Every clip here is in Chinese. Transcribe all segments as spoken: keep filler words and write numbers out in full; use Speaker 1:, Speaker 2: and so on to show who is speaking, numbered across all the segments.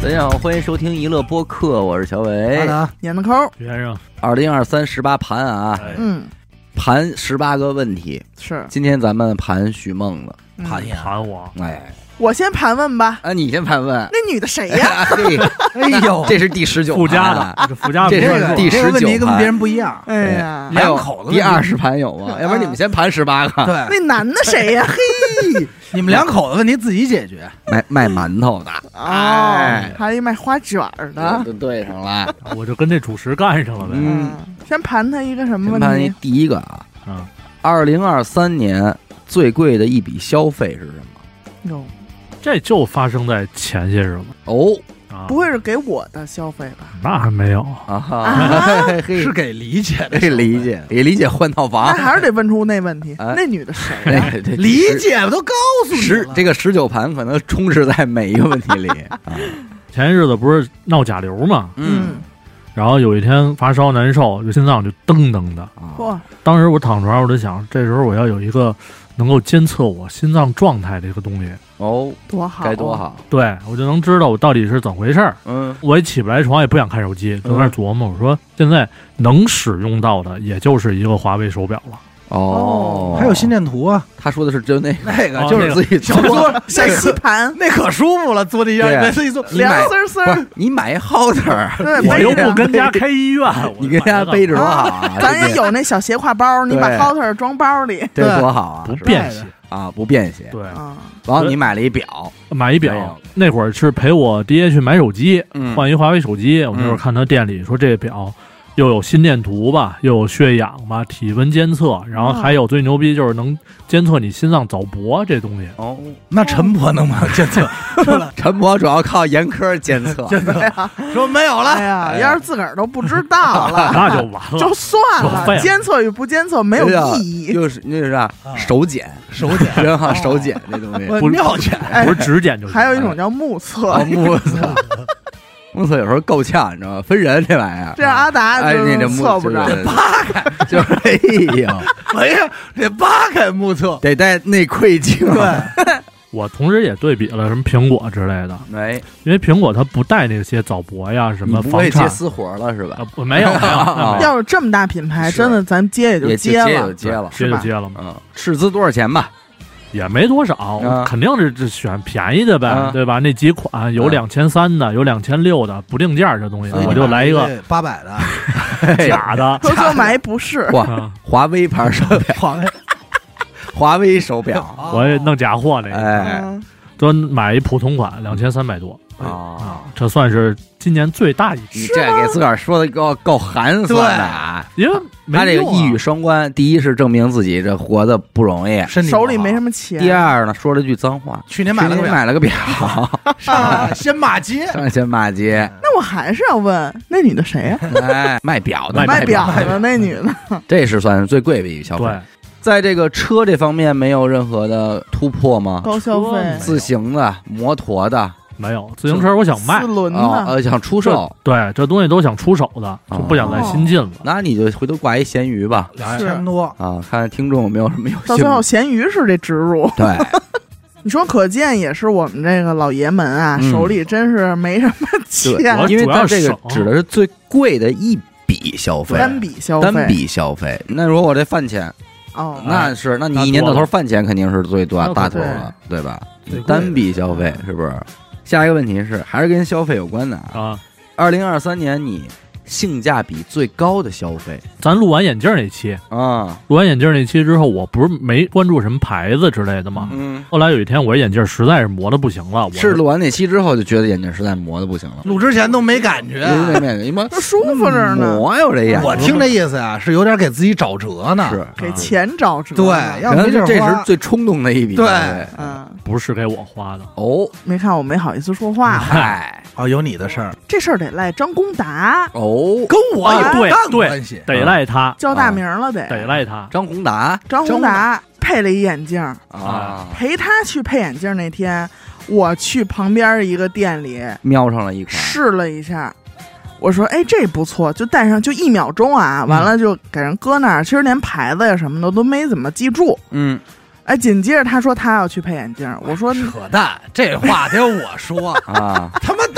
Speaker 1: 大家好，欢迎收听娱乐播客，我是小伟。
Speaker 2: 好的，
Speaker 3: 演的抠
Speaker 4: 先生，
Speaker 1: 二零二三十八盘啊，
Speaker 3: 嗯，
Speaker 1: 盘十八个问题。
Speaker 3: 是，
Speaker 1: 今天咱们盘许梦了，
Speaker 3: 嗯
Speaker 2: 盘呀，
Speaker 4: 盘我，
Speaker 1: 哎，
Speaker 3: 我先盘问吧。
Speaker 1: 啊，你先盘问。
Speaker 3: 那女的谁呀？
Speaker 1: 嘿
Speaker 2: 哎呦，
Speaker 1: 这是第十九
Speaker 4: 附加
Speaker 1: 的，
Speaker 4: 的，这附加
Speaker 1: 这是
Speaker 2: 这个
Speaker 1: 第十九
Speaker 2: 这个问题跟
Speaker 1: 盘
Speaker 2: 别人不一样。
Speaker 3: 哎呀，
Speaker 1: 还有
Speaker 2: 两口子
Speaker 1: 第二十盘有吗？要不然你们先盘十八个。
Speaker 2: 对，
Speaker 3: 那男的谁呀？嘿，
Speaker 2: 你们两口子问题自己解决。
Speaker 1: 卖卖馒头的，
Speaker 3: 哦
Speaker 1: 哎，
Speaker 3: 还有一卖花卷儿的。
Speaker 1: 都对上了。
Speaker 4: 我就跟这主食干上了呗。
Speaker 1: 嗯，
Speaker 3: 先盘他一个什么问
Speaker 1: 先盘一
Speaker 3: 题？
Speaker 1: 第一个啊，
Speaker 4: 嗯，
Speaker 1: 二零二三年最贵的一笔消费是什么？
Speaker 3: 哟，
Speaker 4: 这就发生在前些日子
Speaker 1: 哦
Speaker 4: 啊，
Speaker 3: 不会是给我的消费吧？
Speaker 4: 那还没有。
Speaker 1: 啊哈，
Speaker 3: 啊
Speaker 1: 嘿
Speaker 2: 是给理解的，
Speaker 1: 可以理解，给理解换套
Speaker 3: 那
Speaker 1: 房。
Speaker 3: 还是得问出那问题。
Speaker 1: 哎
Speaker 3: 那女的谁呀？
Speaker 1: 这这
Speaker 2: 理解，我都告诉你了。
Speaker 1: 十这个十九盘可能充斥在每一个问题里。啊
Speaker 4: 前些日子不是闹甲流嘛，
Speaker 1: 嗯，
Speaker 4: 然后有一天发烧难受，就心脏就噔噔的。
Speaker 1: 啊
Speaker 3: 嚯，
Speaker 4: 当时我躺床上，我就想，这时候我要有一个能够监测我心脏状态的一个东西，
Speaker 1: 哦，
Speaker 3: 多好，
Speaker 1: 该多！好。
Speaker 4: 对我就能知道我到底是怎么回事儿。
Speaker 1: 嗯
Speaker 4: 我也起不来床，也不想看手机，就在那儿琢磨。我说现在能使用到的，也就是一个华为手表了。
Speaker 1: 哦，
Speaker 2: 还有心电图啊，
Speaker 1: 他说的是就那个，
Speaker 2: 那个
Speaker 4: 哦
Speaker 2: 就是
Speaker 1: 自己
Speaker 2: 小桌
Speaker 3: 在吸盘，
Speaker 2: 那可舒服了，坐地上
Speaker 1: 对
Speaker 2: 每次一坐，
Speaker 3: 凉
Speaker 1: 你买
Speaker 3: 丝丝儿
Speaker 1: 不是。你买一 halter，
Speaker 3: 对，
Speaker 4: 我又
Speaker 3: 背着
Speaker 4: 不跟家开医院，我
Speaker 1: 你跟家背着多好啊！
Speaker 3: 咱也有那小斜挎包，你把
Speaker 1: 对
Speaker 3: halter 装包里。
Speaker 1: 这这多好啊！
Speaker 4: 不
Speaker 1: 是吧
Speaker 4: 便携。
Speaker 1: 啊，不便携。
Speaker 4: 对，
Speaker 3: 啊，
Speaker 1: 然后你买了一表，
Speaker 4: 买一表
Speaker 1: 没有，
Speaker 4: 那会儿是陪我爹去买手机，
Speaker 1: 嗯
Speaker 4: 换一华为手机。我那会儿看他店里说这表又有心电图吧，又有血氧吧，体温监测，然后还有最牛逼就是能监测你心脏早搏这东西。
Speaker 1: 哦，
Speaker 2: 那陈婆能不能监测？
Speaker 1: 陈博主要靠严苛监测，
Speaker 2: 监测说没有了
Speaker 3: 哎，呀，
Speaker 1: 哎
Speaker 3: 要是自个儿都不知道了，
Speaker 4: 那就完了，
Speaker 3: 就算
Speaker 4: 就废
Speaker 3: 了，
Speaker 4: 了
Speaker 3: 监测与不监测没有意义。
Speaker 1: 就是那是啊，手检，
Speaker 2: 手检
Speaker 1: 人好手检这东西。
Speaker 2: 不尿检，
Speaker 3: 哎
Speaker 4: 不是指检就行。
Speaker 3: 还有一种叫目测
Speaker 1: 啊，，目测，目测有时候够呛，你知道吗？分人这玩意儿。
Speaker 3: 这样阿达
Speaker 1: 哎，
Speaker 3: 就
Speaker 1: 那这目
Speaker 3: 测不着。
Speaker 1: 就是就是哎呦，
Speaker 2: 哎呀，得扒开目测，
Speaker 1: 得带内窥镜。
Speaker 2: 对，
Speaker 4: 我同时也对比了什么苹果之类的，
Speaker 1: 哎，
Speaker 4: 因为苹果它不带那些早搏呀什
Speaker 1: 你
Speaker 4: 么房产
Speaker 1: 不会接私活了是吧
Speaker 4: 啊？不没有没有没有
Speaker 1: 啊
Speaker 3: 要是这么大品牌，
Speaker 1: 是
Speaker 3: 真的咱接也就
Speaker 1: 也
Speaker 3: 接了
Speaker 1: 接就。接了，
Speaker 4: 接就接了嘛，
Speaker 1: 嗯，斥资多少钱吧？
Speaker 4: 也没多少，
Speaker 1: 啊
Speaker 4: 肯定是这选便宜的呗，
Speaker 1: 啊
Speaker 4: 对吧？那几款有
Speaker 1: 啊
Speaker 4: 两千三的，有两千六的，不定价这东西，
Speaker 1: 嗯
Speaker 4: 我就来一个
Speaker 2: 八百的，
Speaker 4: 假的。
Speaker 3: 说说买不是，
Speaker 1: 哇，
Speaker 4: 啊
Speaker 1: 华为牌手表，
Speaker 2: 华为，
Speaker 1: 华为手表，
Speaker 4: 我也弄假货那个，
Speaker 1: 哎
Speaker 3: 嗯，
Speaker 4: 都买一普通款，两千三百多
Speaker 1: 啊，
Speaker 4: 啊，这算是今年最大一
Speaker 1: 你
Speaker 4: 批，
Speaker 1: 这给自个儿说的够够寒酸的啊！
Speaker 4: 因为没用啊
Speaker 1: 他这个一语双关，第一是证明自己这活的不容易，
Speaker 2: 身体
Speaker 3: 手里没什
Speaker 2: 么，
Speaker 3: 么钱。
Speaker 1: 第二呢说了句脏话，
Speaker 2: 去年买了个表，
Speaker 1: 去年买了个表，
Speaker 2: 上先骂街，
Speaker 1: 上前骂街，
Speaker 3: 那我还是要问，那女的谁呀？
Speaker 1: 哎，卖表的，
Speaker 3: 卖表
Speaker 1: 表，
Speaker 3: 的那女的，
Speaker 1: 这是算是最贵的一笔消费。
Speaker 4: 对，
Speaker 1: 在这个车这方面没有任何的突破吗？
Speaker 3: 高消费
Speaker 4: 车，
Speaker 1: 自行的、摩托的
Speaker 4: 没有自行车，我想卖
Speaker 3: 四，轮
Speaker 1: 啊，
Speaker 3: 的，
Speaker 1: 呃，想出售，
Speaker 4: 对，这东西都想出手的，就不想再新进了。
Speaker 1: 那你就回头挂一闲鱼吧，
Speaker 2: 两千多，
Speaker 1: 啊，看看听众有没有什么有
Speaker 3: 到
Speaker 1: 兴趣。
Speaker 3: 最后咸鱼是这植入。
Speaker 1: 对，
Speaker 3: 你说，可见也是我们这个老爷们啊，
Speaker 1: 嗯
Speaker 3: 手里真是没什么
Speaker 1: 对
Speaker 3: 钱，
Speaker 4: 我
Speaker 1: 因为它这个
Speaker 4: 主要省
Speaker 1: 指的是最贵的一笔消费，
Speaker 3: 单笔消费，
Speaker 1: 单笔消费。那如果我这饭钱，
Speaker 3: 哦，
Speaker 1: 那是，那
Speaker 4: 那
Speaker 1: 你一年到
Speaker 4: 多了
Speaker 1: 头饭钱肯定是最多
Speaker 4: 那可
Speaker 1: 大头
Speaker 3: 对
Speaker 1: 了，对吧？
Speaker 2: 最贵的
Speaker 1: 单笔消费是不是？下一个问题是，还是跟消费有关的啊？
Speaker 4: 啊，
Speaker 1: 二零二三年你性价比最高的消费
Speaker 4: 咱录完眼镜那期，
Speaker 1: 啊？
Speaker 4: 录完眼镜那期之后，我不是没关注什么牌子之类的吗？
Speaker 1: 嗯，
Speaker 4: 后来有一天，我这眼镜实在是磨的不行了，我
Speaker 1: 是录完那期之后就觉得眼镜实在磨的不行了，
Speaker 2: 录之前都没感觉。
Speaker 1: 没没没，你妈
Speaker 3: 这舒服着呢，
Speaker 1: 磨呀，我这眼睛
Speaker 2: 我听这意思呀，是有点给自己找辙呢。
Speaker 1: 是，
Speaker 3: 给钱找辙。
Speaker 2: 对，要
Speaker 1: 可能这这
Speaker 2: 没地儿花
Speaker 1: 是最冲动的一笔消费。
Speaker 3: 嗯，
Speaker 4: 不是给我花的，
Speaker 1: 哦，
Speaker 3: 没看我没好意思说话了，
Speaker 1: 嗨，
Speaker 2: 哦，有你的事儿，
Speaker 3: 这事儿得赖张公达，
Speaker 1: 哦，
Speaker 2: 跟我有
Speaker 4: 对
Speaker 2: 淡
Speaker 4: 对
Speaker 2: 关系。
Speaker 4: 得赖他，
Speaker 3: 叫大名了得。
Speaker 4: 得赖他。
Speaker 1: 张宏达
Speaker 3: 张宏达配了一眼镜，
Speaker 1: 啊，
Speaker 3: 陪他去配眼镜那天，我去旁边一个店里
Speaker 1: 瞄上了一款，
Speaker 3: 试了一下。我说：“哎，这不错，就戴上，就一秒钟啊，完了就给人搁那儿。其实连牌子呀什么的都没怎么记住。
Speaker 1: 嗯，
Speaker 3: 哎，紧接着他说他要去配眼镜，我说
Speaker 2: 扯淡，这话得我说，
Speaker 1: 啊，
Speaker 2: 他妈到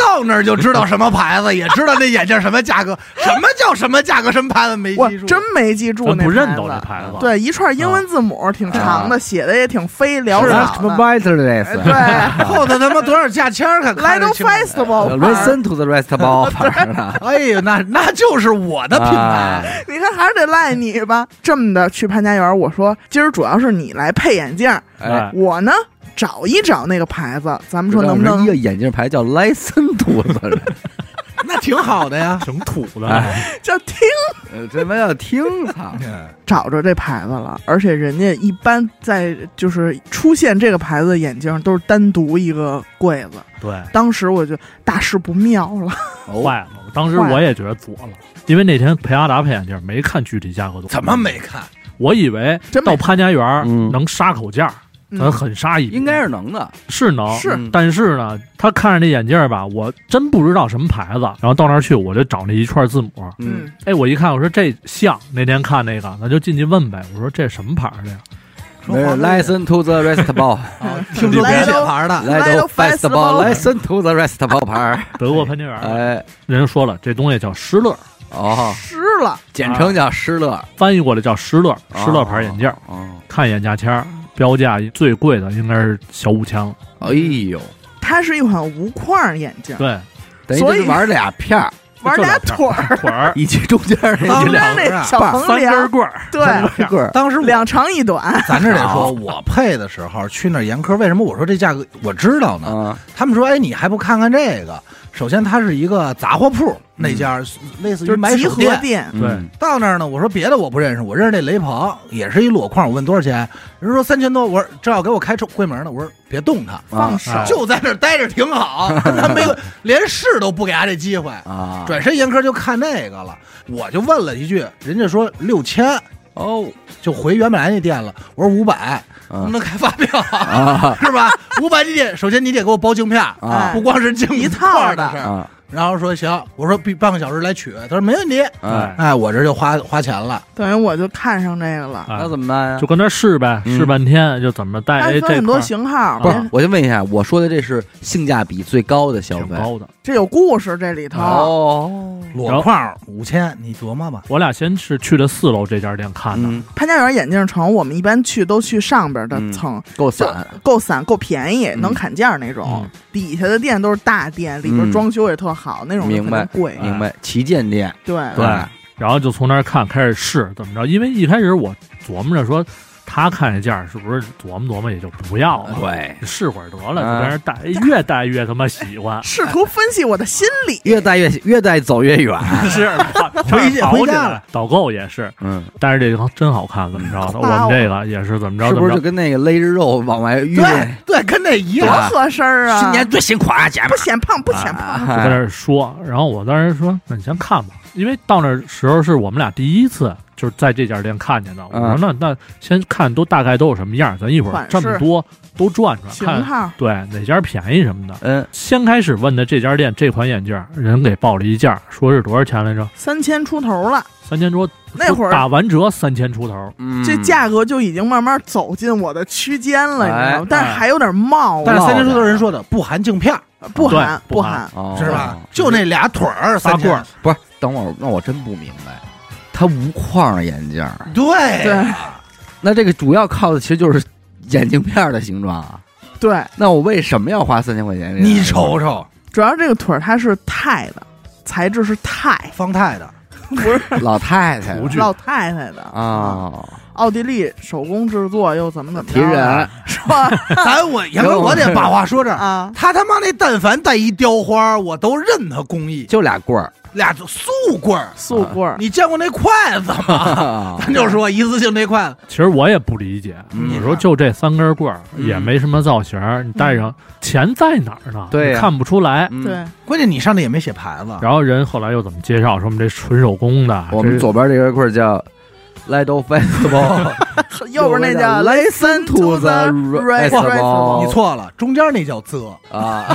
Speaker 2: 到那儿就知道什么牌子，也知道那眼镜什么价格，什么叫什么价格什么牌子没
Speaker 3: 我
Speaker 2: 记住，
Speaker 3: 真没记住那
Speaker 4: 咱不认得
Speaker 3: 牌子。
Speaker 4: 这牌子。
Speaker 3: 对，一串英文字母挺长的，写的也挺飞潦
Speaker 1: 是
Speaker 3: 草的。
Speaker 1: wireless，
Speaker 3: 对
Speaker 2: 后头他妈多少价签儿可看得
Speaker 3: ，Lido
Speaker 2: 清楚。
Speaker 3: Festival 牌儿。
Speaker 1: listen to the rest ball 牌的，
Speaker 2: 哎呦，那那就是我的品
Speaker 1: 啊
Speaker 2: 牌。
Speaker 3: 你看还是得赖你吧。这么的去潘家园，我说今儿主要是你来配眼镜，
Speaker 1: 哎，
Speaker 3: 我呢找一找那个牌子，咱们说能不能
Speaker 1: 一个眼镜牌叫 listen to the，
Speaker 2: 那挺好的呀。
Speaker 4: 挺土的，
Speaker 1: 哎
Speaker 3: 叫听
Speaker 1: 呃这他妈要听操，
Speaker 3: 找着这牌子了，而且人家一般在就是出现这个牌子的眼镜都是单独一个柜子。
Speaker 4: 对，
Speaker 3: 当时我就大事不妙了，
Speaker 4: 坏了。当时我也觉得作了，因为那天陪阿达配眼镜，没看具体价格多少。
Speaker 2: 怎么没看？
Speaker 4: 我以为
Speaker 3: 真没
Speaker 4: 到潘家园
Speaker 1: 嗯
Speaker 4: 能杀口价，咱
Speaker 3: 嗯
Speaker 4: 狠杀一笔，
Speaker 1: 应该是能的，
Speaker 4: 是能
Speaker 3: 是
Speaker 1: 嗯
Speaker 4: 但是呢，他看着那眼镜吧，我真不知道什么牌子。然后到那儿去，我就找那一串字母。
Speaker 1: 嗯，
Speaker 4: 哎，我一看，我说这像那天看那个，那就进去问呗。我说这什么牌的呀？
Speaker 1: 没事 listen to the rest ball，
Speaker 2: 听说没写牌的，
Speaker 1: 来都 festival，listen to the rest ball 牌，
Speaker 4: 德国潘家园。
Speaker 1: 哎，
Speaker 4: 人家说了，这东西叫施乐，
Speaker 1: 哦，
Speaker 3: 湿了，
Speaker 1: 简称叫施乐，
Speaker 4: 翻译过来叫施乐，施乐牌眼镜。
Speaker 1: 哦，
Speaker 4: 看一眼价签儿，标价最贵的应该是小五千了。
Speaker 1: 哎呦，
Speaker 3: 它是一款无框眼镜，
Speaker 4: 对，
Speaker 1: 等于就是玩俩片儿，
Speaker 3: 玩俩腿儿，
Speaker 4: 腿儿
Speaker 1: 以及中间那
Speaker 3: 旁边
Speaker 1: 一两
Speaker 3: 那小
Speaker 1: 把
Speaker 4: 三
Speaker 3: 横梁
Speaker 4: 根，棍儿，
Speaker 3: 对，
Speaker 1: 个儿，
Speaker 2: 当时我
Speaker 3: 两长一短，
Speaker 2: 咱这得说，我配的时候去那儿严科，为什么我说这价格我知道呢？
Speaker 1: 啊，
Speaker 2: 他们说，哎，你还不看看这个？首先，它是一一个杂货铺，那家类似于
Speaker 3: 就是集合
Speaker 2: 买手店。
Speaker 3: 店，
Speaker 4: 对
Speaker 1: 嗯
Speaker 2: 到那儿呢，我说别的我不认识，我认识那雷朋，也是一裸框。我问多少钱，人说三千多。我说正要给我开柜门呢，我说别动他，
Speaker 3: 放手，
Speaker 4: 哎
Speaker 2: 就在那儿待着挺好。他没有连试都不给他这机会，
Speaker 1: 啊，
Speaker 2: 转身严科就看那个了。我就问了一句，人家说六千，
Speaker 1: 哦
Speaker 2: 就回原本来那店了。我说五百，能不
Speaker 1: 啊
Speaker 2: 能开发票啊？
Speaker 1: 啊
Speaker 2: 是吧？五百你得首先你得给我包镜片，
Speaker 1: 啊
Speaker 2: 不光是镜
Speaker 3: 一套的
Speaker 2: 的事儿。
Speaker 1: 啊
Speaker 2: 然后说行，我说必半个小时来取，他说没问题。
Speaker 1: 啊，
Speaker 2: 哎，我这就花花钱了。
Speaker 3: 等于我就看上这个了。
Speaker 4: 哎
Speaker 1: 那怎么办呀
Speaker 4: 就？跟那试呗，
Speaker 1: 嗯
Speaker 4: 试半天就怎么戴。
Speaker 3: 它
Speaker 4: 哎，这
Speaker 3: 分很多
Speaker 4: 块儿
Speaker 3: 型号，
Speaker 1: 不是，我先问一下，我说的这是性价比最高的消费
Speaker 4: 挺高的。
Speaker 3: 这有故事这里头。
Speaker 1: 哦，
Speaker 2: 裸框五千，你琢磨吧。
Speaker 4: 我俩先是去的四楼这家店看的，
Speaker 1: 嗯，
Speaker 3: 潘家园眼镜城，我们一般去都去上边的层，
Speaker 1: 够
Speaker 3: 就
Speaker 1: 散，
Speaker 3: 够散够便宜，
Speaker 1: 嗯
Speaker 3: 能砍价那种。
Speaker 4: 嗯
Speaker 3: 底下的店都是大店，里边
Speaker 1: 嗯
Speaker 3: 装修也特好，那种就
Speaker 1: 明白
Speaker 3: 肯定贵。
Speaker 1: 明白？旗舰店，
Speaker 3: 对，
Speaker 4: 对，然后就从那儿看，开始试怎么着。因为一开始我琢磨着说，他看这价是不是琢磨琢磨也就不要了，
Speaker 1: 对，
Speaker 4: 试会儿得了，
Speaker 1: 啊
Speaker 4: 就在那儿戴，哎越戴越他妈喜欢。
Speaker 3: 试图分析我的心理。
Speaker 1: 越带越越带走越远，
Speaker 4: 是
Speaker 2: 回去
Speaker 4: 跑起来
Speaker 2: 回家了，
Speaker 4: 导购也是，
Speaker 1: 嗯，
Speaker 4: 但是这个真好看，怎么着的？我
Speaker 3: 夸我
Speaker 4: 们这个也是怎么着？
Speaker 1: 是不是就
Speaker 4: 怎么着？
Speaker 1: 跟那个勒着肉往外
Speaker 2: 对
Speaker 1: 越？
Speaker 2: 对，跟那一
Speaker 3: 多
Speaker 2: 样。
Speaker 3: 合身儿啊！
Speaker 1: 新年最辛苦啊，姐们
Speaker 3: 不显胖，不显胖。
Speaker 4: 就在那儿说，然后我当时说：“那你先看吧，因为到那时候是我们俩第一次，就是在这家店看见的。我说
Speaker 1: 嗯
Speaker 4: 那那先看都大概都有什么样，咱一会儿
Speaker 3: 款式
Speaker 4: 这么多都转转看，
Speaker 3: 型号
Speaker 4: 对哪家便宜什么的。
Speaker 1: 嗯，
Speaker 4: 先开始问的这家店这款眼镜，人给报了一价，说是多少钱来着？
Speaker 3: 三千出头了，
Speaker 4: 三千多，
Speaker 3: 那会儿
Speaker 4: 打完折三千出头。
Speaker 1: 嗯
Speaker 3: 这价格就已经慢慢走进我的区间了，你知道
Speaker 1: 哎
Speaker 3: 吗？但是还有点冒
Speaker 2: 但是
Speaker 3: 了，
Speaker 2: 三千出头人说的不含镜片，
Speaker 4: 对
Speaker 3: 不含
Speaker 4: 不含
Speaker 3: 含。
Speaker 1: 哦
Speaker 2: 是吧？就那俩腿儿三千
Speaker 4: 仨棍儿，
Speaker 1: 不是，等会儿，那我真不明白，它无框眼镜儿，
Speaker 2: 对
Speaker 3: 对
Speaker 1: 那这个主要靠的其实就是眼镜片儿的形状啊。
Speaker 3: 对，
Speaker 1: 那我为什么要花三千块钱？
Speaker 2: 你瞅，瞅，
Speaker 3: 主要这个腿儿它是钛的，材质是钛，
Speaker 2: 方太的，
Speaker 3: 不是
Speaker 1: 老太太
Speaker 4: 不具
Speaker 3: 老太太的。
Speaker 1: 啊，
Speaker 3: 奥地利手工制作又怎么怎么
Speaker 1: 提
Speaker 3: 着的
Speaker 1: 人
Speaker 3: 是吧？
Speaker 2: 咱我严哥，我得把话说这儿。
Speaker 3: 啊，
Speaker 2: 他他妈那但凡带一雕花，我都认他工艺，
Speaker 1: 就俩棍儿，
Speaker 2: 俩素棍儿。
Speaker 3: 素棍儿，
Speaker 2: 你见过那筷子吗？咱就说一次性那筷子，
Speaker 4: 其实我也不理解，
Speaker 1: 嗯
Speaker 4: 你说就这三根棍儿
Speaker 1: 嗯
Speaker 4: 也没什么造型儿，你戴上钱在哪儿呢？
Speaker 1: 对呀
Speaker 4: 你看不出来。
Speaker 1: 嗯
Speaker 3: 对，
Speaker 2: 关键你上那也没写牌子。
Speaker 4: 然后人后来又怎么介绍说我们这纯手工的？
Speaker 1: 我们
Speaker 4: 这
Speaker 1: 左边这根棍儿叫 Lido Festival，
Speaker 3: 右边那叫
Speaker 1: Listen to the
Speaker 3: Right
Speaker 1: Festival
Speaker 2: 你错了，中间那叫啧。
Speaker 1: 啊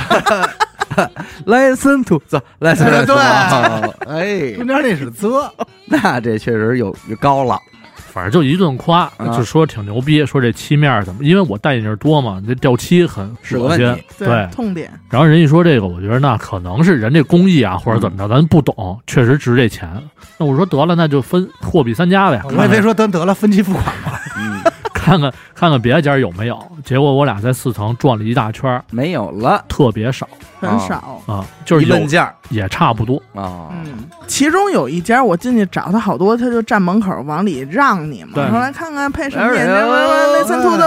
Speaker 1: ，Listen to the Listen，
Speaker 2: 对
Speaker 1: 哎
Speaker 2: 中，间那是啧。
Speaker 1: 那这确实有有高了，
Speaker 4: 反正就一顿夸，
Speaker 1: 啊
Speaker 4: 就说挺牛逼，说这漆面怎么，因为我戴眼镜多嘛，这掉漆很
Speaker 1: 是个
Speaker 4: 恶心
Speaker 1: 问题，
Speaker 4: 对。
Speaker 3: 痛点。
Speaker 4: 然后人一说这个，我觉得那可能是人这工艺啊，或者怎么着，咱不懂，确实值这钱。那我说得了，那就分货比三家呗。
Speaker 2: 我也没说得得了分期付款吧，
Speaker 1: 嗯，
Speaker 4: 看看看看别家有没有。结果我俩在四层转了一大圈，
Speaker 1: 没有了，
Speaker 4: 特别少
Speaker 3: 很少。
Speaker 4: 啊，就是有
Speaker 1: 一问价
Speaker 4: 也差不多。
Speaker 1: 啊，
Speaker 3: 嗯，其中有一家我进去找他好多，他就站门口往里让你嘛，
Speaker 4: 对
Speaker 3: 说来看看配什么眼镜，Listen to the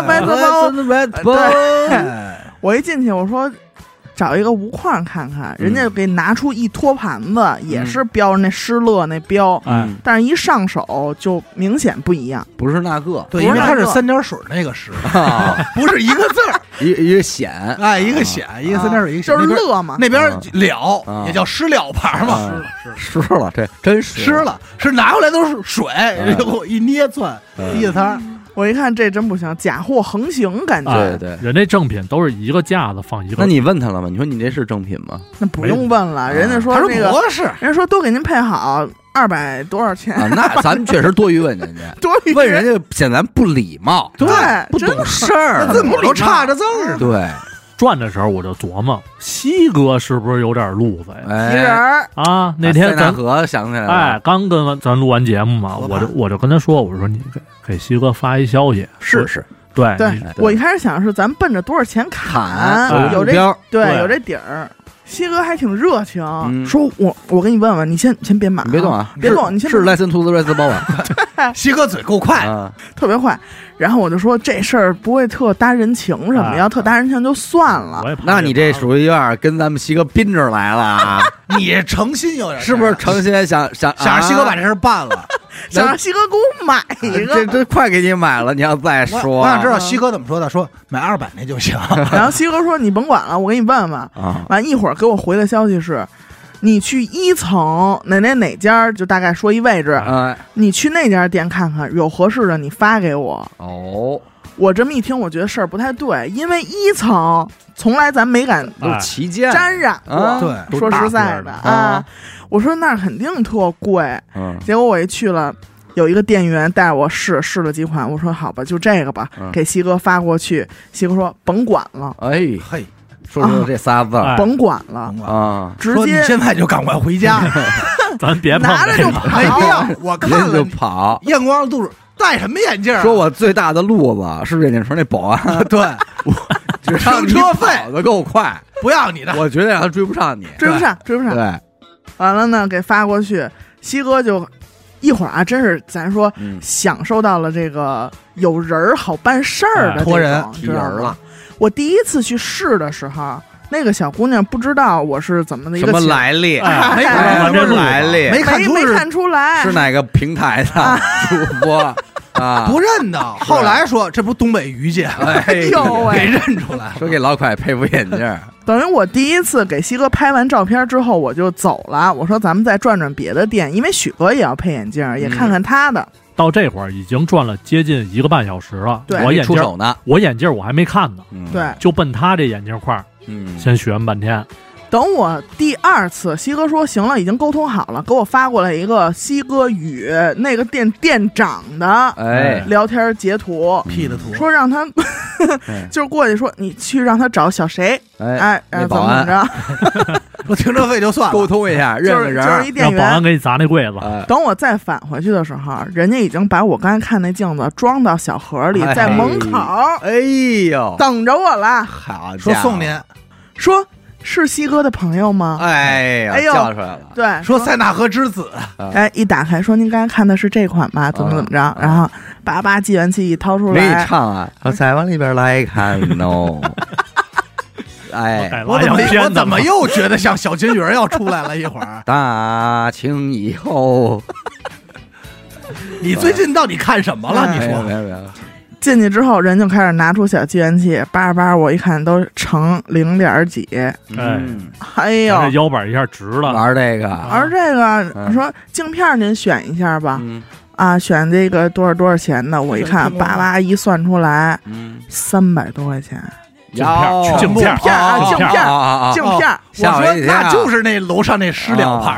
Speaker 3: Red Ball。
Speaker 2: 哎
Speaker 3: 我一进去，我说找一个无框看看，人家给拿出一托盘子，也是标着那施乐那标，
Speaker 4: 哎，
Speaker 3: 但是一上手就明显不一样。
Speaker 1: 不是那个
Speaker 2: 对，因为它是三点水那个石，
Speaker 1: 啊，
Speaker 2: 不是一个字儿，
Speaker 1: 一一个显，
Speaker 2: 哎，一个显，一个三点水，一个显
Speaker 3: 就是
Speaker 2: 那边
Speaker 3: 乐嘛。
Speaker 2: 那边
Speaker 1: 啊
Speaker 2: 了
Speaker 1: 啊
Speaker 2: 也叫湿了牌嘛，
Speaker 1: 啊湿了，这真湿
Speaker 2: 湿了是拿回来都是水，
Speaker 1: 啊
Speaker 2: 然后一捏钻
Speaker 1: 嗯
Speaker 2: 滴的它，
Speaker 3: 我一看这真不行，假货横行，感觉、
Speaker 4: 哎
Speaker 1: 对对
Speaker 4: 人这正品都是一个架子放一个。
Speaker 1: 那你问他了吗？你说你这是正品吗？
Speaker 3: 那不用问了。人家说
Speaker 2: 他说
Speaker 3: 那个，
Speaker 2: 不是，
Speaker 3: 人家说都给您配好，二百多少钱？
Speaker 1: 啊，那咱们确实多余问人家，
Speaker 3: 多余
Speaker 1: 问人家显咱不礼貌，
Speaker 3: 对，
Speaker 1: 不
Speaker 3: 真的
Speaker 1: 懂事儿，
Speaker 2: 字母都差着字儿，
Speaker 1: 对，
Speaker 4: 转的时候我就琢磨，西哥是不是有点路子呀？
Speaker 3: 皮人
Speaker 1: 哎，
Speaker 3: 儿，
Speaker 4: 啊，那天
Speaker 1: 塞纳
Speaker 4: 咱
Speaker 1: 河想起来了，
Speaker 4: 哎，刚跟完咱录完节目嘛，
Speaker 2: 我
Speaker 4: 我就我就跟他说，我说你给给西哥发一消息，
Speaker 1: 是是
Speaker 4: 对
Speaker 3: 对
Speaker 4: 你
Speaker 3: 我一开始想是咱奔着多少钱
Speaker 1: 砍
Speaker 4: 哎
Speaker 3: 有这
Speaker 1: 目标，
Speaker 4: 对
Speaker 3: 对有这底儿。西哥还挺热情，
Speaker 1: 嗯
Speaker 3: 说我我跟你问问，你先先别买、
Speaker 1: 你别动，啊，
Speaker 3: 别动，你先
Speaker 1: 是
Speaker 3: 别
Speaker 1: Listen to the Red Ball 啊
Speaker 2: 西哥嘴够快，
Speaker 1: 啊，
Speaker 3: 特别快。然后我就说这事儿不会特搭人情什么，
Speaker 4: 哎
Speaker 3: 要特搭人情就算了
Speaker 4: 我。也怕
Speaker 1: 那你这
Speaker 4: 于
Speaker 1: 属于有点跟咱们西哥拼着来了啊，
Speaker 2: 你诚心有点
Speaker 1: 是不是诚心想想
Speaker 2: 想让西哥把
Speaker 1: 啊
Speaker 2: 这事儿办了？
Speaker 3: 想让西哥给我买一
Speaker 1: 这
Speaker 3: 个，
Speaker 1: 这快给你买了，你要再
Speaker 2: 我
Speaker 1: 说，
Speaker 2: 我想知道西哥怎么说的，说买二百那就行。
Speaker 3: 然后西哥说你甭管了，我给你问问。
Speaker 1: 啊，
Speaker 3: 完一会儿给我回的消息是，你去一层哪哪哪家，就大概说一位置，
Speaker 1: 哎，
Speaker 3: 你去那家店看看，有合适的你发给我。
Speaker 1: 哦，
Speaker 3: 我这么一听，我觉得事儿不太对，因为一层从来咱没敢
Speaker 1: 都是旗舰，
Speaker 3: 沾染过。
Speaker 1: 啊
Speaker 2: 对
Speaker 3: 说实在的
Speaker 1: 啊
Speaker 3: 啊，我说那儿肯定特贵。
Speaker 1: 嗯，
Speaker 3: 结果我一去了，有一个店员带我试试了几款，我说好吧，就这个吧，
Speaker 1: 嗯
Speaker 3: 给西哥发过去。西哥说甭管了，
Speaker 1: 哎，
Speaker 2: 嘿，
Speaker 1: 说说这仨字儿
Speaker 4: 哎
Speaker 3: 甭管了，
Speaker 2: 甭管
Speaker 1: 啊，
Speaker 3: 直
Speaker 2: 说你
Speaker 3: 接
Speaker 2: 现在就赶快回家，
Speaker 4: 咱别碰
Speaker 3: 拿着就
Speaker 4: 这个，
Speaker 3: 跑
Speaker 2: 没必要。我看
Speaker 1: 人就
Speaker 2: 了
Speaker 1: 跑，
Speaker 2: 验光度数，戴什么眼镜啊？
Speaker 1: 说我最大的路子是眼镜城那保安，
Speaker 2: 对，
Speaker 1: 只让你
Speaker 2: 停车费
Speaker 1: 跑得够快，
Speaker 2: 不要你的，
Speaker 1: 我觉得让他追不上你，
Speaker 3: 追不上，追不上。
Speaker 1: 对，
Speaker 3: 完了呢，给发过去，西哥就一会儿啊，真是咱说
Speaker 1: 嗯，
Speaker 3: 享受到了这个有人儿好办事儿的这种
Speaker 2: 哎托人
Speaker 3: 知道吗
Speaker 1: 提人了？
Speaker 3: 我第一次去试的时候，那个小姑娘不知知道我是怎么的一
Speaker 1: 什么
Speaker 3: 个情
Speaker 1: 来历，
Speaker 4: 哎
Speaker 2: 没
Speaker 3: 哎
Speaker 1: 什么来历，
Speaker 2: 没看
Speaker 3: 没
Speaker 2: 出是
Speaker 3: 没看出来，
Speaker 1: 是哪个平台的主播啊？
Speaker 2: 不认的。后来说这不东北于姐
Speaker 1: 哎
Speaker 3: 呦喂
Speaker 2: 给认出来了。
Speaker 1: 说给老蒯配副眼镜儿，
Speaker 3: 等于我第一次给西哥拍完照片之后，我就走了。我说咱们再转转别的店，因为许哥也要配眼镜，也看看他的。
Speaker 4: 到这会儿已经转了接近一个半小时了。
Speaker 3: 对
Speaker 4: 我眼镜
Speaker 1: 出手呢，
Speaker 4: 我眼镜我还没看呢，
Speaker 1: 嗯
Speaker 3: 对，
Speaker 4: 就奔他这眼镜块儿
Speaker 1: 嗯，
Speaker 4: 先选半天。
Speaker 3: 等我第二次，西哥说行了，已经沟通好了，给我发过来一个西哥与那个店店长的
Speaker 1: 哎，
Speaker 3: 聊天截图，
Speaker 2: P 的图，
Speaker 3: 说让他
Speaker 1: 哎
Speaker 3: 就是过去说你去让他找小谁，
Speaker 1: 哎，
Speaker 3: 哎，然后怎
Speaker 1: 那保安
Speaker 3: 么怎么着，
Speaker 2: 说停车费就算
Speaker 1: 沟
Speaker 2: 了，
Speaker 1: 通一下，认
Speaker 3: 就是就是
Speaker 1: 个人儿
Speaker 3: 一店员。
Speaker 4: 让保安给你砸那柜子。
Speaker 1: 哎，
Speaker 3: 等我再返回去的时候，人家已经把我刚才看那镜子装到小盒里，
Speaker 1: 哎
Speaker 3: 在门口
Speaker 1: 哎呦，
Speaker 3: 等着我了，
Speaker 1: 好家伙，
Speaker 2: 说送您，
Speaker 3: 说是西哥的朋友吗？
Speaker 1: 哎呀，
Speaker 3: 哎呦
Speaker 1: 叫出来了，
Speaker 3: 对，
Speaker 2: 说塞纳河之子，
Speaker 3: 哎，一打开说您刚才看的是这款吧？怎么怎么着？然后叭叭计算器一掏出
Speaker 1: 没你
Speaker 3: 来，
Speaker 1: 唱啊，我再往里边来看喏，哎，
Speaker 4: 改
Speaker 2: 我怎么
Speaker 4: 了片子
Speaker 2: 我怎么又觉得像小金鱼儿要出来了？一会儿，
Speaker 1: 大清以后，
Speaker 2: 你最近到底看什么了？你
Speaker 1: 没有
Speaker 2: 说
Speaker 1: 没有没有，
Speaker 3: 进去之后，人就开始拿出小计算器，叭叭，我一看都成零点几，
Speaker 1: 嗯，
Speaker 3: 哎呦
Speaker 4: 把这！腰板一下直了。
Speaker 1: 玩这个，
Speaker 3: 而这个
Speaker 1: 嗯
Speaker 3: 说镜片您选一下吧，
Speaker 1: 嗯
Speaker 3: 啊，选这个多少多少钱的？我一看，叭叭一算出来，
Speaker 1: 嗯，
Speaker 3: 三百多块钱，
Speaker 4: 镜片镜片
Speaker 3: 片啊镜片
Speaker 1: 啊啊啊
Speaker 3: 镜片。
Speaker 2: 我说
Speaker 1: 吓我一跳
Speaker 2: 那就是那楼上那石榴牌的，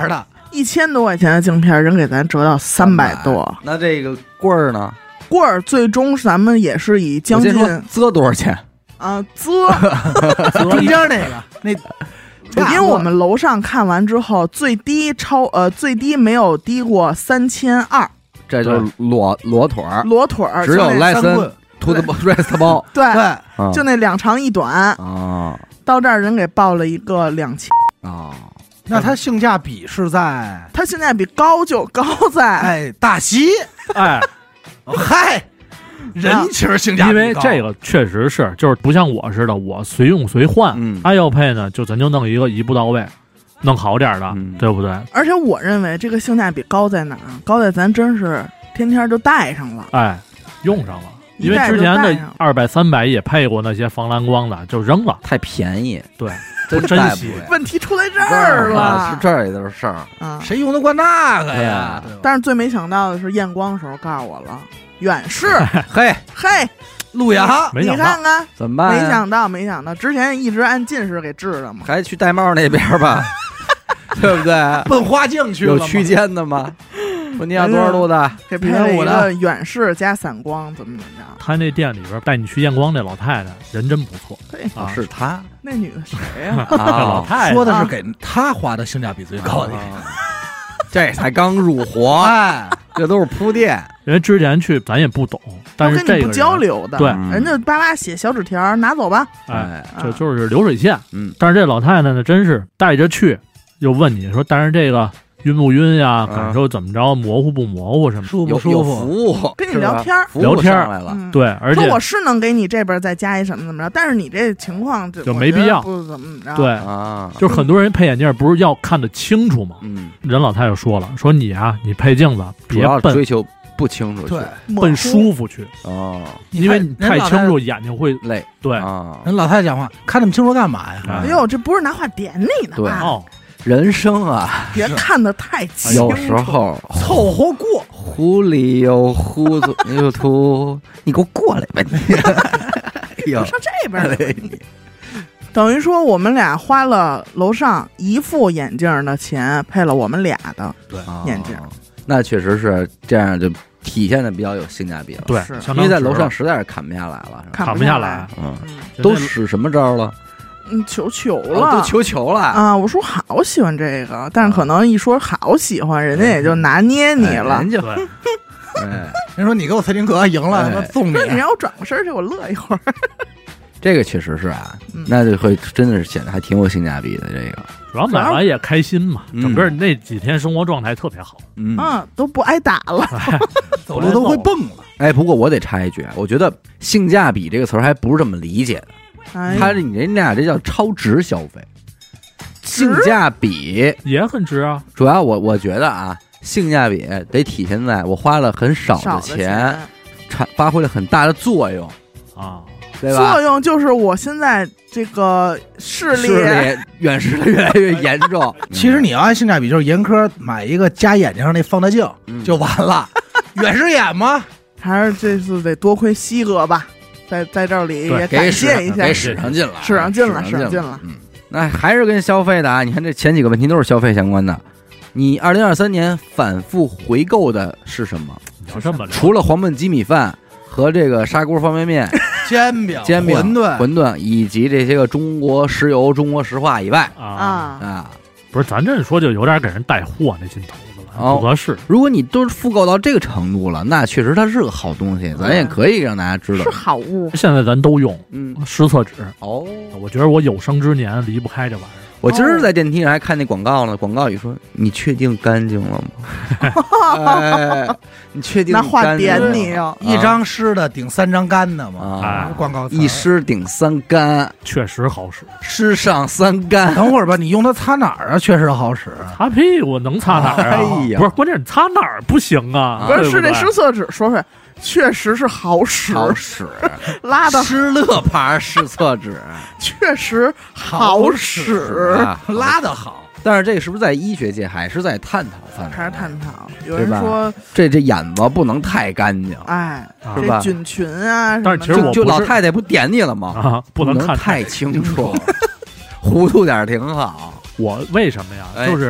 Speaker 3: 一千多块钱的镜片，人给咱折到三百多。
Speaker 1: 那这个棍儿呢？
Speaker 3: 棍儿最终咱们也是以将近
Speaker 1: 啧多少钱
Speaker 3: 啊啧，
Speaker 2: 中间那个那。
Speaker 3: 因为我们楼上看完之后，最低超呃最低没有低过三千二，
Speaker 1: 这就是裸裸腿儿，
Speaker 3: 裸腿儿，
Speaker 1: 只有莱森兔子 rest 包，
Speaker 3: 对
Speaker 2: 对，
Speaker 1: 嗯、
Speaker 3: 就那两长一短
Speaker 1: 啊。
Speaker 3: 到这儿人给报了一个两千
Speaker 1: 啊，
Speaker 2: 那它性价比是在
Speaker 3: 它性价比高就高在
Speaker 2: 哎大席
Speaker 4: 哎
Speaker 2: 嗨。人其实性价比高，
Speaker 4: 因为这个确实是，就是不像我似的，我随用随换。
Speaker 1: 嗯，
Speaker 4: 爱优配呢，就咱就弄一个一步到位，弄好点的，
Speaker 1: 嗯、
Speaker 4: 对不对？
Speaker 3: 而且我认为这个性价比高在哪儿？高在咱真是天天就带上了，
Speaker 4: 哎，用上了。因为之前的二百三百也配过那些防蓝光的，就扔了，
Speaker 1: 太便宜。
Speaker 4: 对，
Speaker 1: 真
Speaker 4: 珍惜。
Speaker 3: 问题出在这儿了，
Speaker 1: 是这儿也都是事儿
Speaker 3: 啊！
Speaker 2: 谁用得惯那个呀？
Speaker 3: 但是最没想到的是，验光的时候告诉我了，远视，
Speaker 1: 嘿
Speaker 3: 嘿，
Speaker 2: 路遥，
Speaker 3: 你看看
Speaker 1: 怎么办？
Speaker 3: 没想到，没想到，之前一直按近视给治的嘛，
Speaker 1: 还去戴帽那边吧，对不对？
Speaker 2: 奔花镜去了，
Speaker 1: 有区间的吗？说你要多少度的？
Speaker 3: 给配了一个远视加散光，怎么怎么着？
Speaker 4: 他那店里边带你去验光那老太太人真不错
Speaker 1: 啊，是他
Speaker 3: 那女的谁呀？
Speaker 4: 老太太
Speaker 2: 说的是给他花的性价比最高的，
Speaker 1: 这才刚入伙，
Speaker 2: 哎，
Speaker 1: 这都是铺垫。
Speaker 4: 人之前去咱也不懂，但是这个
Speaker 3: 不交流的，
Speaker 4: 对，
Speaker 3: 人家叭叭写小纸条拿走吧，
Speaker 4: 哎，这就是流水线。
Speaker 1: 嗯，
Speaker 4: 但是这老太太呢，真是带着去，又问你说，但是这个。晕不晕呀？感受怎么着？模糊不模糊什么？
Speaker 2: 舒不舒服？
Speaker 1: 有服务
Speaker 3: 跟你聊天，
Speaker 4: 聊天
Speaker 1: 来了。
Speaker 3: 嗯、
Speaker 4: 对，而且
Speaker 3: 说我是能给你这边再加一什么怎么着，但是你这情况
Speaker 4: 就没必要，
Speaker 3: 不怎么着。
Speaker 4: 对
Speaker 1: 啊，
Speaker 4: 就是很多人配眼镜不是要看得清楚吗？
Speaker 1: 嗯，
Speaker 4: 人老太太说了，说你啊，你配镜子别奔
Speaker 1: 追求不清楚，
Speaker 2: 对，
Speaker 4: 奔舒服去
Speaker 1: 哦，
Speaker 4: 因为你太清楚眼睛会
Speaker 1: 累。
Speaker 4: 对
Speaker 1: 啊，
Speaker 2: 人老太太讲话看那么清楚干嘛呀？
Speaker 3: 哎呦，这不是拿话点你呢？
Speaker 1: 对
Speaker 4: 哦。
Speaker 1: 人生啊，
Speaker 3: 别看得太清楚，
Speaker 1: 有时候
Speaker 2: 凑合过。
Speaker 1: 湖里有糊涂有土，你给我过来吧你！
Speaker 3: 上这边来。等于说我们俩花了楼上一副眼镜的钱，配了我们俩的
Speaker 2: 对
Speaker 3: 眼镜、
Speaker 1: 哦，那确实是这样，就体现的比较有性价比了。
Speaker 4: 对，
Speaker 1: 因为在楼上实在是砍不下来了，
Speaker 3: 砍
Speaker 4: 不下来。
Speaker 1: 嗯，都使什么招了？
Speaker 3: 嗯，求求了，
Speaker 1: 哦、都求求了
Speaker 3: 啊！我说好喜欢这个，但是可能一说好喜欢，人家也就拿捏你了。
Speaker 1: 哎、人就，
Speaker 2: 哎，人说你给我蔡林格赢了，他、哎、送你，
Speaker 3: 你让我转过身去，我乐一会儿。
Speaker 1: 这个确实是啊，嗯、那就会真的是显得还挺有性价比的。这个
Speaker 4: 主要买完也开心嘛，
Speaker 1: 嗯、
Speaker 4: 整个那几天生活状态特别好，
Speaker 1: 嗯
Speaker 3: 啊，都不挨打了，
Speaker 4: 哎、
Speaker 2: 走路都会蹦了。
Speaker 1: 哎，不过我得插一句，我觉得性价比这个词儿还不是这么理解的。
Speaker 3: 哎、
Speaker 1: 他这你这俩这叫超值消费，性价比
Speaker 4: 也很值啊。
Speaker 1: 主要我我觉得啊，性价比得体现在我花了很少的钱，产发挥了很大的作用
Speaker 4: 啊，
Speaker 1: 对吧？
Speaker 3: 作用就是我现在这个视力
Speaker 1: 视力远视的越来越严重。
Speaker 2: 其实你要按性价比，就是严苛买一个加眼睛上那放大镜、嗯、就完了，远视眼吗？
Speaker 3: 还是这次得多亏西哥吧。在在这里也感谢一下，
Speaker 1: 给使上劲了，
Speaker 3: 使上劲了，使上劲了。
Speaker 1: 嗯，那还是跟消费的啊。你看这前几个问题都是消费相关的。你二零二三年反复回购的是什么？除了黄焖鸡米饭和这个砂锅方便面、
Speaker 2: 煎饼、
Speaker 1: 煎饼、
Speaker 2: 馄饨、
Speaker 1: 馄饨以及这些个中国石油、中国石化以外
Speaker 3: 啊
Speaker 1: 啊，
Speaker 4: 不是咱这说就有点给人带货那劲头。不合适。
Speaker 1: 如果你都复购到这个程度了，那确实它是个好东西，咱也可以让大家知道
Speaker 3: 是好物。
Speaker 4: 现在咱都用，
Speaker 1: 嗯，
Speaker 4: 湿厕纸。
Speaker 1: 哦，
Speaker 4: 我觉得我有生之年离不开这玩意儿。
Speaker 1: 我今儿在电梯上还看那广告呢，广告里说：“你确定干净了吗？”哎，你确定？
Speaker 3: 那话点你
Speaker 2: 哦，一张湿的顶三张干的嘛？
Speaker 1: 啊，
Speaker 2: 广告
Speaker 1: 一湿顶三干，
Speaker 4: 确实好使。
Speaker 1: 湿上三干。
Speaker 2: 等会儿吧，你用它擦哪儿啊？确实好使。
Speaker 4: 擦屁股能擦哪儿啊？
Speaker 1: 哎呀，
Speaker 4: 不是，关键擦哪儿不行啊？
Speaker 3: 不是，是这湿厕纸说出来。确实是好使，
Speaker 1: 好使，
Speaker 3: 拉的
Speaker 1: 施乐牌湿厕纸，
Speaker 3: 确实好使，
Speaker 1: 啊、
Speaker 2: 拉的好。
Speaker 1: 但是这个是不是在医学界还是在探讨范围？
Speaker 3: 还是探讨？有人说
Speaker 1: 这这眼子不能太干净，
Speaker 3: 哎，
Speaker 1: 是吧？
Speaker 3: 菌群啊，
Speaker 4: 但是其实我
Speaker 1: 就老太太不点你了吗？
Speaker 4: 啊，不能看
Speaker 1: 太清楚，糊涂点挺好。
Speaker 4: 我为什么呀？
Speaker 1: 哎、
Speaker 4: 就是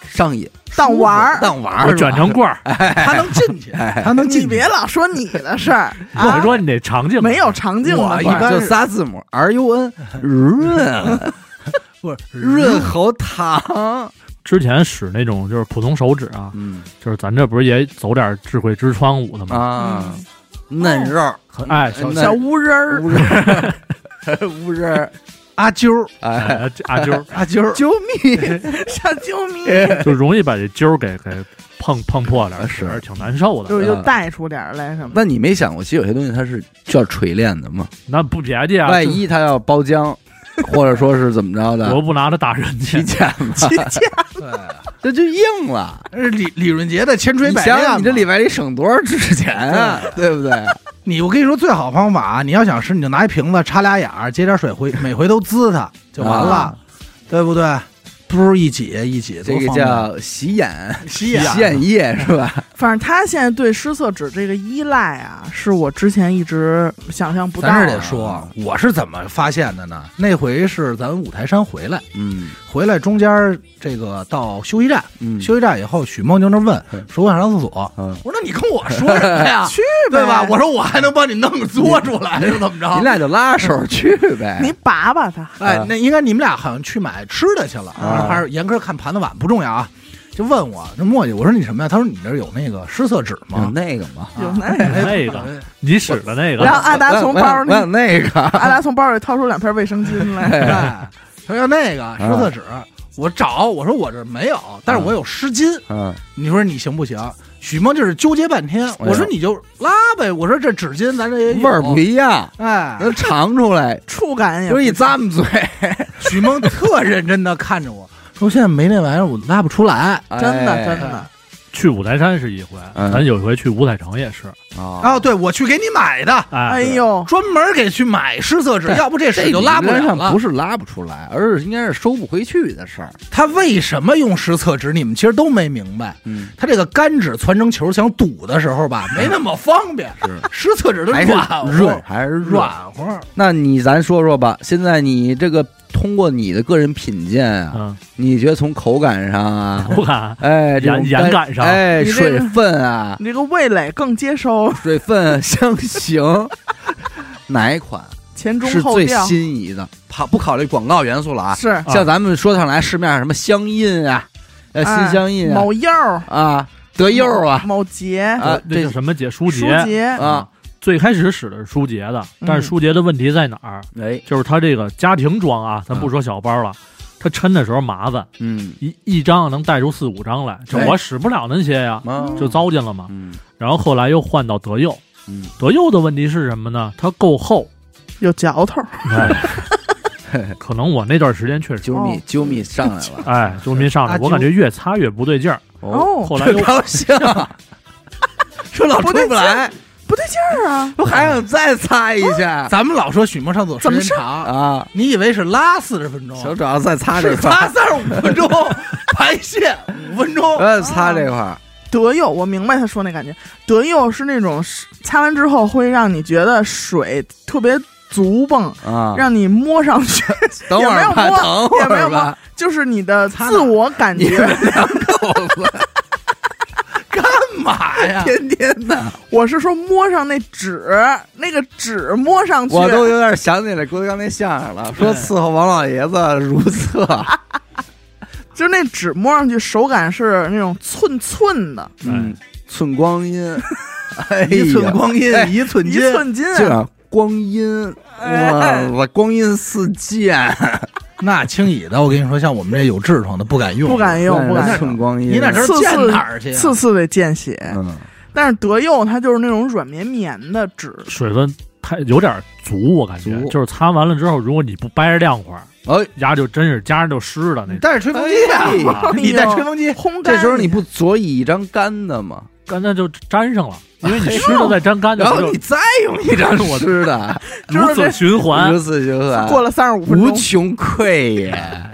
Speaker 1: 上瘾，
Speaker 3: 当玩儿，
Speaker 1: 当玩儿，
Speaker 4: 我卷成棍儿，
Speaker 2: 他能进去，他能进去。
Speaker 3: 你别老说你的事儿，
Speaker 4: 我说你那场景
Speaker 3: 没有场景的，
Speaker 2: 一般
Speaker 1: 就仨字母 R U N， 润，
Speaker 2: 不是
Speaker 1: 润喉糖。
Speaker 4: 之前使那种就是普通手指啊，
Speaker 1: 嗯
Speaker 4: 就是咱这不是也走点智慧之窗舞的吗？
Speaker 1: 啊，嫩肉，
Speaker 4: 哎，小
Speaker 3: 小乌人儿，
Speaker 1: 乌人，乌人，
Speaker 2: 阿啾儿，
Speaker 1: 哎，
Speaker 4: 阿啾
Speaker 2: 阿啾儿，
Speaker 1: 救命！
Speaker 3: 小啾咪，
Speaker 4: 就容易把这揪给给碰碰破点，
Speaker 1: 是
Speaker 4: 挺难受的。
Speaker 3: 就又带出点来什么。
Speaker 1: 那你没想过，其实有些东西它是需要锤炼的吗？
Speaker 4: 那不别介啊，
Speaker 1: 万一它要包浆，或者说是怎么着的，
Speaker 4: 我不拿它打人去，
Speaker 1: 体检嘛，
Speaker 3: 体检
Speaker 2: 对，
Speaker 1: 这就硬了。
Speaker 2: 是李李润杰的千锤
Speaker 1: 你
Speaker 2: 百炼嘛。
Speaker 1: 想想，你这礼拜里省多少知识钱啊？对不对？
Speaker 2: 你我跟你说，最好方法，你要想吃，你就拿一瓶子插俩眼儿，接点水回，每回都滋它就完了，
Speaker 1: 啊
Speaker 2: 对不对？不一挤一挤，
Speaker 1: 这个
Speaker 2: 多方便
Speaker 1: 叫洗眼，
Speaker 2: 洗眼
Speaker 1: 洗眼液是吧？
Speaker 3: 反正他现在对湿厕纸这个依赖啊，是我之前一直想象不到的。
Speaker 2: 咱是得说，我是怎么发现的呢？那回是咱五台山回来，
Speaker 1: 嗯
Speaker 2: 回来中间这个到休息站，
Speaker 1: 嗯，
Speaker 2: 休息站以后，许梦就那问
Speaker 1: 嗯
Speaker 2: 说我想上厕所，
Speaker 1: 嗯，
Speaker 2: 我说那你跟我说什么呀？
Speaker 3: 去呗
Speaker 2: 对吧？我说我还能帮你弄个嘬出来，是怎么着？
Speaker 1: 你俩就拉手去呗。
Speaker 3: 你把把它，
Speaker 2: 哎，那应该你们俩好像去买吃的去了，
Speaker 1: 啊
Speaker 2: 还是严格看盘子碗不重要啊？就问我这墨迹，我说你什么呀？他说你这有那个湿厕纸
Speaker 1: 有
Speaker 2: 吗？
Speaker 1: 那个吗？
Speaker 3: 有那个。
Speaker 4: 那个你使的那个，
Speaker 3: 然后阿达从包里
Speaker 1: 我想那个，
Speaker 3: 阿达从包里掏出两片卫生巾来，
Speaker 2: 哎，他说要那个湿厕纸，我找，我说我这没有，但是我有湿巾，
Speaker 1: 嗯，
Speaker 2: 你说你行不行？许梦就是纠结半天，我说你就拉呗，我说这纸巾咱这也有
Speaker 1: 味儿不一样，
Speaker 2: 哎，
Speaker 1: 能尝出来。
Speaker 3: 触感也
Speaker 1: 就一咂么嘴，
Speaker 2: 许梦特认真的看着我说：“现在没那玩意儿，我拉不出来。
Speaker 3: 真的
Speaker 1: 哎
Speaker 3: 真的。
Speaker 4: 去五台山是一回，
Speaker 1: 嗯
Speaker 4: 咱有一回去五彩城也是，
Speaker 1: 啊
Speaker 2: 哦，对，我去给你买的，
Speaker 4: 哎
Speaker 3: 哎呦，
Speaker 2: 专门给去买湿厕纸，
Speaker 1: 对
Speaker 2: 要不这
Speaker 1: 这
Speaker 2: 水就拉不
Speaker 1: 理论
Speaker 2: 了了。
Speaker 1: 上不是拉不出来，而是应该是收不回去的事儿。
Speaker 2: 他为什么用湿厕纸？你们其实都没明白。
Speaker 1: 嗯，
Speaker 2: 他这个干纸攒成球想堵的时候吧，没那么方便。湿厕纸的
Speaker 1: 还是
Speaker 2: 软和
Speaker 1: 润，还是润。
Speaker 2: 软和。
Speaker 1: 那你咱说说吧，现在你这个通过你的个人品鉴啊，
Speaker 4: 嗯，
Speaker 1: 你觉得从口感上啊，
Speaker 4: 口感
Speaker 1: 哎，这种
Speaker 4: 眼眼感上
Speaker 1: 哎，
Speaker 3: 你这个
Speaker 1: 水分啊，
Speaker 3: 你这个味蕾更接受
Speaker 1: 水分相形，哪一款
Speaker 3: 前中
Speaker 1: 是最
Speaker 3: 后调，
Speaker 1: 心仪的？考不考虑广告元素了啊？
Speaker 3: 是
Speaker 1: 像咱们说上来市面上什么香印啊，呃，
Speaker 3: 哎
Speaker 1: 新香印啊，
Speaker 3: 某柚儿
Speaker 1: 啊，德佑啊，
Speaker 3: 某节
Speaker 1: 啊，这
Speaker 4: 那叫什么节舒
Speaker 3: 舒
Speaker 4: 洁
Speaker 3: 洁
Speaker 1: 啊，
Speaker 4: 最开始使的是舒洁的，但是舒洁的问题在哪儿？
Speaker 1: 哎，
Speaker 4: 就是它这个家庭装啊，咱不说小包了，它抻的时候麻烦，
Speaker 1: 嗯，
Speaker 4: 一一张能带出四五张来，这
Speaker 1: 哎
Speaker 4: 我使不了那些呀，
Speaker 1: 啊
Speaker 4: 就糟践了嘛。
Speaker 1: 嗯
Speaker 4: 然后后来又换到德佑，
Speaker 1: 嗯，
Speaker 4: 德佑的问题是什么呢？它够厚，
Speaker 3: 有嚼头，
Speaker 4: 哎，可能我那段时间确实，
Speaker 1: 啾蜜啾蜜上来了，
Speaker 4: 哎，周民上来，
Speaker 2: 啊
Speaker 4: 我感觉越擦越不对劲儿。
Speaker 3: 哦
Speaker 4: 后来又
Speaker 1: 高兴，说老出不来，
Speaker 3: 不对劲儿啊！
Speaker 1: 我还想再擦一下
Speaker 2: 咱们老说许梦上厕所
Speaker 3: 怎么上
Speaker 2: 时间长，
Speaker 1: 啊，
Speaker 2: 你以为是拉四十分钟，
Speaker 1: 小主要再擦这
Speaker 2: 是
Speaker 1: 块儿，
Speaker 2: 擦三十五分钟，排泄五分钟。
Speaker 1: 呃，擦这块儿，
Speaker 3: 德佑，我明白他说那感觉。德佑是那种擦完之后会让你觉得水特别足蹦，
Speaker 1: 啊，
Speaker 3: 让你摸上去，
Speaker 1: 等会儿吧，
Speaker 3: 也没有摸
Speaker 1: 等会
Speaker 3: 也没有摸
Speaker 1: 儿吧，
Speaker 3: 就是你的
Speaker 2: 擦哪
Speaker 3: 自我感
Speaker 1: 你们
Speaker 3: 觉。
Speaker 1: 两口子
Speaker 2: 干嘛呀？
Speaker 1: 天天的，
Speaker 3: 我是说摸上那纸，那个纸摸上去，
Speaker 1: 我都有点想起来郭德纲那相声了，说伺候王老爷子如厕，
Speaker 3: 就是那纸摸上去手感是那种寸寸的，
Speaker 1: 嗯，寸光阴，哎呀
Speaker 2: 一寸光阴
Speaker 1: 哎
Speaker 2: 一寸
Speaker 3: 一
Speaker 2: 金，
Speaker 3: 寸金
Speaker 1: 这样光阴，
Speaker 3: 哎
Speaker 1: 哇，我光阴似箭，
Speaker 2: 那轻易的，我跟你说，像我们这有痔寸的不敢用，
Speaker 3: 不敢用，不敢用。
Speaker 1: 寸光阴，
Speaker 2: 你哪知道溅
Speaker 3: 次次
Speaker 2: 哪儿去啊？
Speaker 3: 次次得见血，
Speaker 1: 嗯，
Speaker 3: 但是德佑它就是那种软绵绵的纸，
Speaker 4: 水分太有点足，我感觉
Speaker 1: 足
Speaker 4: 就是擦完了之后，如果你不掰着亮会儿，
Speaker 1: 哎，
Speaker 4: 牙就真是夹着就湿了那种。
Speaker 2: 你带着吹风机啊！
Speaker 3: 哎
Speaker 2: 你带吹风机，
Speaker 3: 烘干。
Speaker 1: 这时候你不左以一张干的吗？
Speaker 4: 刚才就粘上了，因为你湿的再粘干的，不就
Speaker 1: 然后你再用一张湿的，
Speaker 4: 如此循环
Speaker 1: 如。此循环，
Speaker 3: 过了三十五分钟，
Speaker 1: 无穷匮也。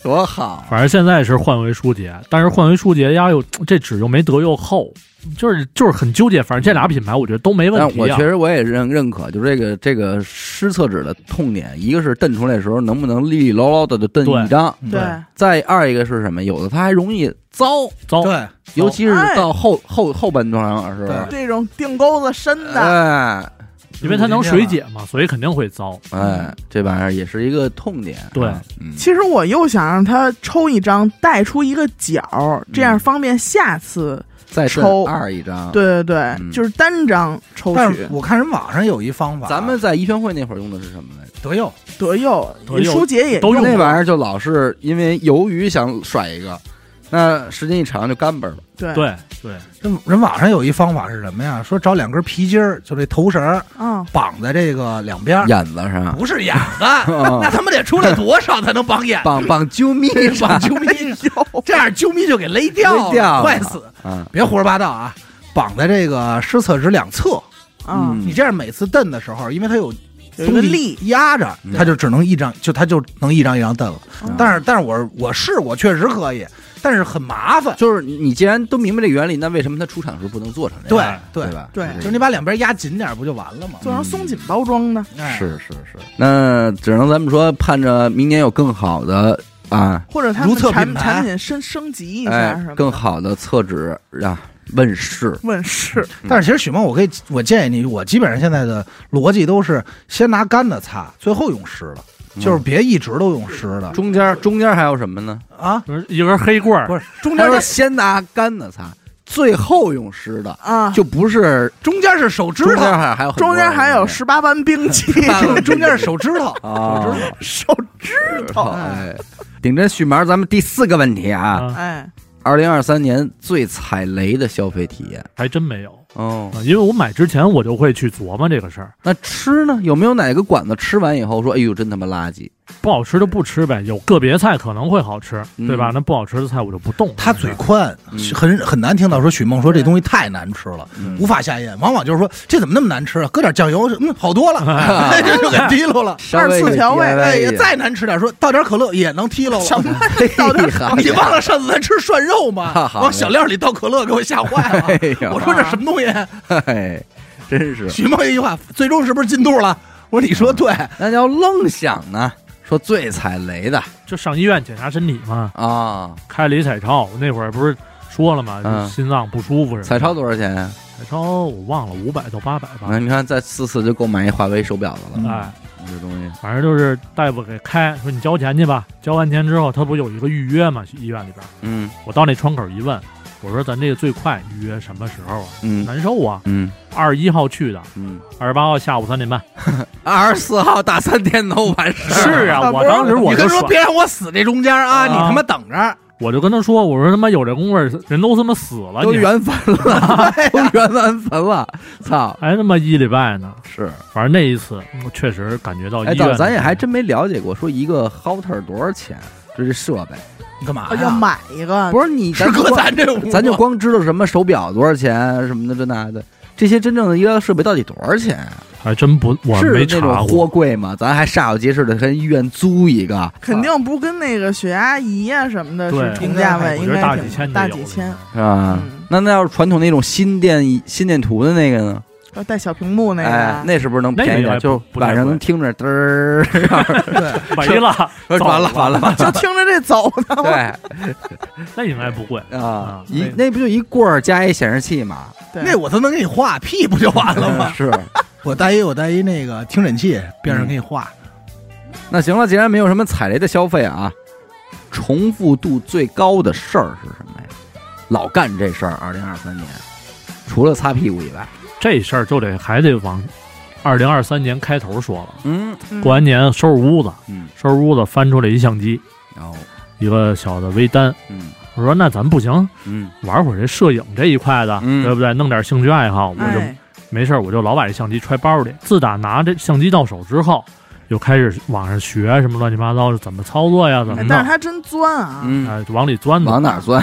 Speaker 1: 多好。
Speaker 4: 反正现在是换为舒洁，但是换为舒洁呀，又这纸又没得又厚，就是就是很纠结。反正这俩品牌我觉得都没问题、啊。
Speaker 1: 但我确实我也认认可，就是这个这个湿厕纸的痛点，一个是蹬出来的时候能不能利利落落的就蹬一张，
Speaker 3: 对。
Speaker 1: 再二一个是什么？有的它还容易糟
Speaker 4: 糟，
Speaker 2: 对，
Speaker 1: 尤其是到后、哎、后后半段的时候，
Speaker 3: 这种腚沟子深的，
Speaker 1: 哎。
Speaker 4: 因为它能水解嘛，所以肯定会糟。
Speaker 1: 哎，这玩意儿也是一个痛点。
Speaker 4: 对、
Speaker 1: 嗯，
Speaker 3: 其实我又想让他抽一张，带出一个角，这样方便下次
Speaker 1: 再抽二一张。
Speaker 3: 对对对、
Speaker 1: 嗯，
Speaker 3: 就是单张抽取。
Speaker 2: 但是我看人网上有一方法，
Speaker 1: 咱们在医学会那会儿用的是什么来着？
Speaker 2: 德佑，
Speaker 3: 德佑，
Speaker 4: 德佑
Speaker 3: 舒洁也
Speaker 4: 都用
Speaker 1: 那玩意儿，就老是因为由于想甩一个。那时间一长就干巴了。
Speaker 3: 对
Speaker 4: 对对，
Speaker 2: 人人网上有一方法是什么呀？说找两根皮筋儿，就这头绳儿，
Speaker 3: 嗯，
Speaker 2: 绑在这个两边
Speaker 1: 眼子上，
Speaker 2: 不是眼子，那他妈得出来多少才能绑眼？
Speaker 1: 绑绑揪咪，
Speaker 2: 绑揪咪，这样揪咪就给勒掉了，
Speaker 1: 勒掉
Speaker 2: 坏死！
Speaker 1: 啊，
Speaker 2: 别胡说八道啊！绑在这个湿厕纸两侧，
Speaker 3: 嗯，
Speaker 2: 你这样每次蹬的时候，因为它有。
Speaker 3: 有一个力
Speaker 2: 压着，它就只能一张，就它就能一张一张蹬了。嗯、但是，但是我我试过，确实可以，但是很麻烦。
Speaker 1: 就是你既然都明白这原理，那为什么它出厂时不能做成这样？
Speaker 2: 对
Speaker 1: 对吧？
Speaker 3: 对，
Speaker 2: 就是你把两边压紧点，不就完了吗？
Speaker 3: 做成松紧包装的。
Speaker 2: 嗯、
Speaker 1: 是是是，那只能咱们说，盼着明年有更好的啊，
Speaker 3: 或者他们产产品升升级一下什么、
Speaker 1: 哎，更好的厕纸啊。问世
Speaker 3: 问世，
Speaker 2: 但是其实许梦，我可以，我建议你，我基本上现在的逻辑都是先拿干的擦，最后用湿的，嗯、就是别一直都用湿的。
Speaker 1: 中间中间还有什么呢？
Speaker 2: 啊，
Speaker 4: 一根黑棍儿，
Speaker 2: 不是中间
Speaker 1: 先拿干的擦，最后用湿的
Speaker 3: 啊，
Speaker 1: 就不是
Speaker 2: 中间是手指头，
Speaker 1: 中间还还有
Speaker 3: 中间还有十八般兵器，
Speaker 2: 中间是手指头
Speaker 1: 啊，
Speaker 3: 手指头。
Speaker 1: 哎，顶着续毛，咱们第四个问题啊，
Speaker 3: 哎。
Speaker 1: 二零二三年最踩雷的消费体验
Speaker 4: 还真没有
Speaker 1: 哦，
Speaker 4: 因为我买之前我就会去琢磨这个事儿。
Speaker 1: 那吃呢？有没有哪个馆子吃完以后说：“哎呦，真他妈垃圾，
Speaker 4: 不好吃就不吃呗。”有个别菜可能会好吃，嗯、对吧？那不好吃的菜我就不动。
Speaker 2: 他嘴宽，嗯、很很难听到说许梦说这东西太难吃了，嗯、无法下咽。往往就是说这怎么那么难吃啊？搁点酱油，嗯，好多了，这就给提溜了。
Speaker 3: 二次调味，
Speaker 2: 哎，再难吃点，说倒点可乐也能提溜了。
Speaker 3: 什么？倒点可乐？
Speaker 2: 你忘了上次咱吃涮肉吗？往小料里倒可乐，给我吓坏了。我说这什么东西？
Speaker 1: 哎，真是
Speaker 2: 许梦一句话，最终是不是进肚了？我说你说对，
Speaker 1: 那要愣想呢。说最踩雷的，
Speaker 4: 就上医院检查身体嘛
Speaker 1: 啊，
Speaker 4: 开了一彩超，那会儿不是说了嘛，
Speaker 1: 嗯、
Speaker 4: 心脏不舒服。
Speaker 1: 彩超多少钱呀、啊？
Speaker 4: 彩超我忘了，五百到八百吧。
Speaker 1: 那你看，再四次就购买一华为手表的了。
Speaker 4: 哎，
Speaker 1: 这东西，
Speaker 4: 反正就是大夫给开，说你交钱去吧。交完钱之后，他不有一个预约嘛？医院里边。
Speaker 1: 嗯，
Speaker 4: 我到那窗口一问，我说咱这个最快预约什么时候啊？
Speaker 1: 嗯，
Speaker 4: 难受啊。
Speaker 1: 嗯，
Speaker 4: 二十一号去的，
Speaker 1: 嗯，
Speaker 4: 二十八号下午三点半，
Speaker 1: 二十四号大三天都完事。
Speaker 4: 是啊，我当时我
Speaker 2: 就说别让我死这中间啊，你他妈等着。
Speaker 4: 我就跟他说，我说他妈有这功夫，人都他妈死了，
Speaker 1: 都圆坟了，都圆完坟了，操，
Speaker 4: 还他妈一礼拜呢。
Speaker 1: 是，
Speaker 4: 反正那一次我确实感觉到医
Speaker 1: 院。哎，咱也还真没了解过，说一个 Houter 多少钱？就这设备，
Speaker 2: 你干嘛
Speaker 3: 要买一个？
Speaker 1: 不是你，
Speaker 2: 是搁咱这屋，
Speaker 1: 咱就光知道什么手表多少钱什么的，这那的，这些真正的医疗设备到底多少钱？
Speaker 4: 还真不，我没查过。是
Speaker 1: 那种货柜吗？咱还煞有介事的跟医院租一个，
Speaker 3: 肯定不跟那个血压仪啊什么的是同价位，应该
Speaker 4: 大几千，
Speaker 3: 大几千
Speaker 1: 是吧？嗯、那那要是传统那种心电心电图的那个呢？
Speaker 3: 要带小屏幕那个、
Speaker 1: 哎，那是不是能便宜点？就晚上能听着嘚儿，
Speaker 2: 对，
Speaker 4: 没了，
Speaker 1: 完了完了，
Speaker 3: 就听着这走呢。
Speaker 1: 对，
Speaker 4: 那应该不会
Speaker 1: 啊，一那不就一棍儿加一显示器嘛？
Speaker 2: 那我都能给你画屁，不就完了吗？
Speaker 1: 是。
Speaker 2: 我带一我带一那个听诊器，边上给你画、
Speaker 1: 嗯。那行了，既然没有什么踩雷的消费啊，重复度最高的事儿是什么呀？老干这事儿，二零二三年，除了擦屁股以外，
Speaker 4: 这事儿就得还得往二零二三年开头说了。
Speaker 1: 嗯，
Speaker 4: 过完年收拾屋子，
Speaker 1: 嗯，
Speaker 4: 收拾屋子翻出来一相机，
Speaker 1: 然后
Speaker 4: 一个小的微单，
Speaker 1: 嗯。
Speaker 4: 我说那咱不行，
Speaker 1: 嗯，
Speaker 4: 玩会儿这摄影这一块的，
Speaker 1: 嗯、
Speaker 4: 对不对？弄点兴趣爱好，我就。
Speaker 3: 哎
Speaker 4: 没事，我就老把这相机揣包里。自打拿这相机到手之后，就开始网上学什么乱七八糟，怎么操作呀，怎么弄。
Speaker 3: 但是他真钻啊，
Speaker 1: 嗯，
Speaker 4: 哎，就往里钻。
Speaker 1: 往哪钻？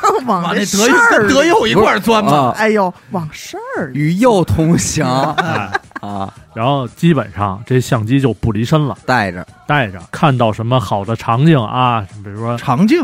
Speaker 3: 往
Speaker 2: 往那
Speaker 3: 事
Speaker 2: 德佑跟德佑一块儿钻嘛。
Speaker 3: 哎呦，往事儿
Speaker 1: 与幼同行
Speaker 4: 哎，
Speaker 1: 啊，
Speaker 4: 然后基本上这相机就不离身了，
Speaker 1: 带着
Speaker 4: 带着看到什么好的场景啊，比如说
Speaker 2: 长镜，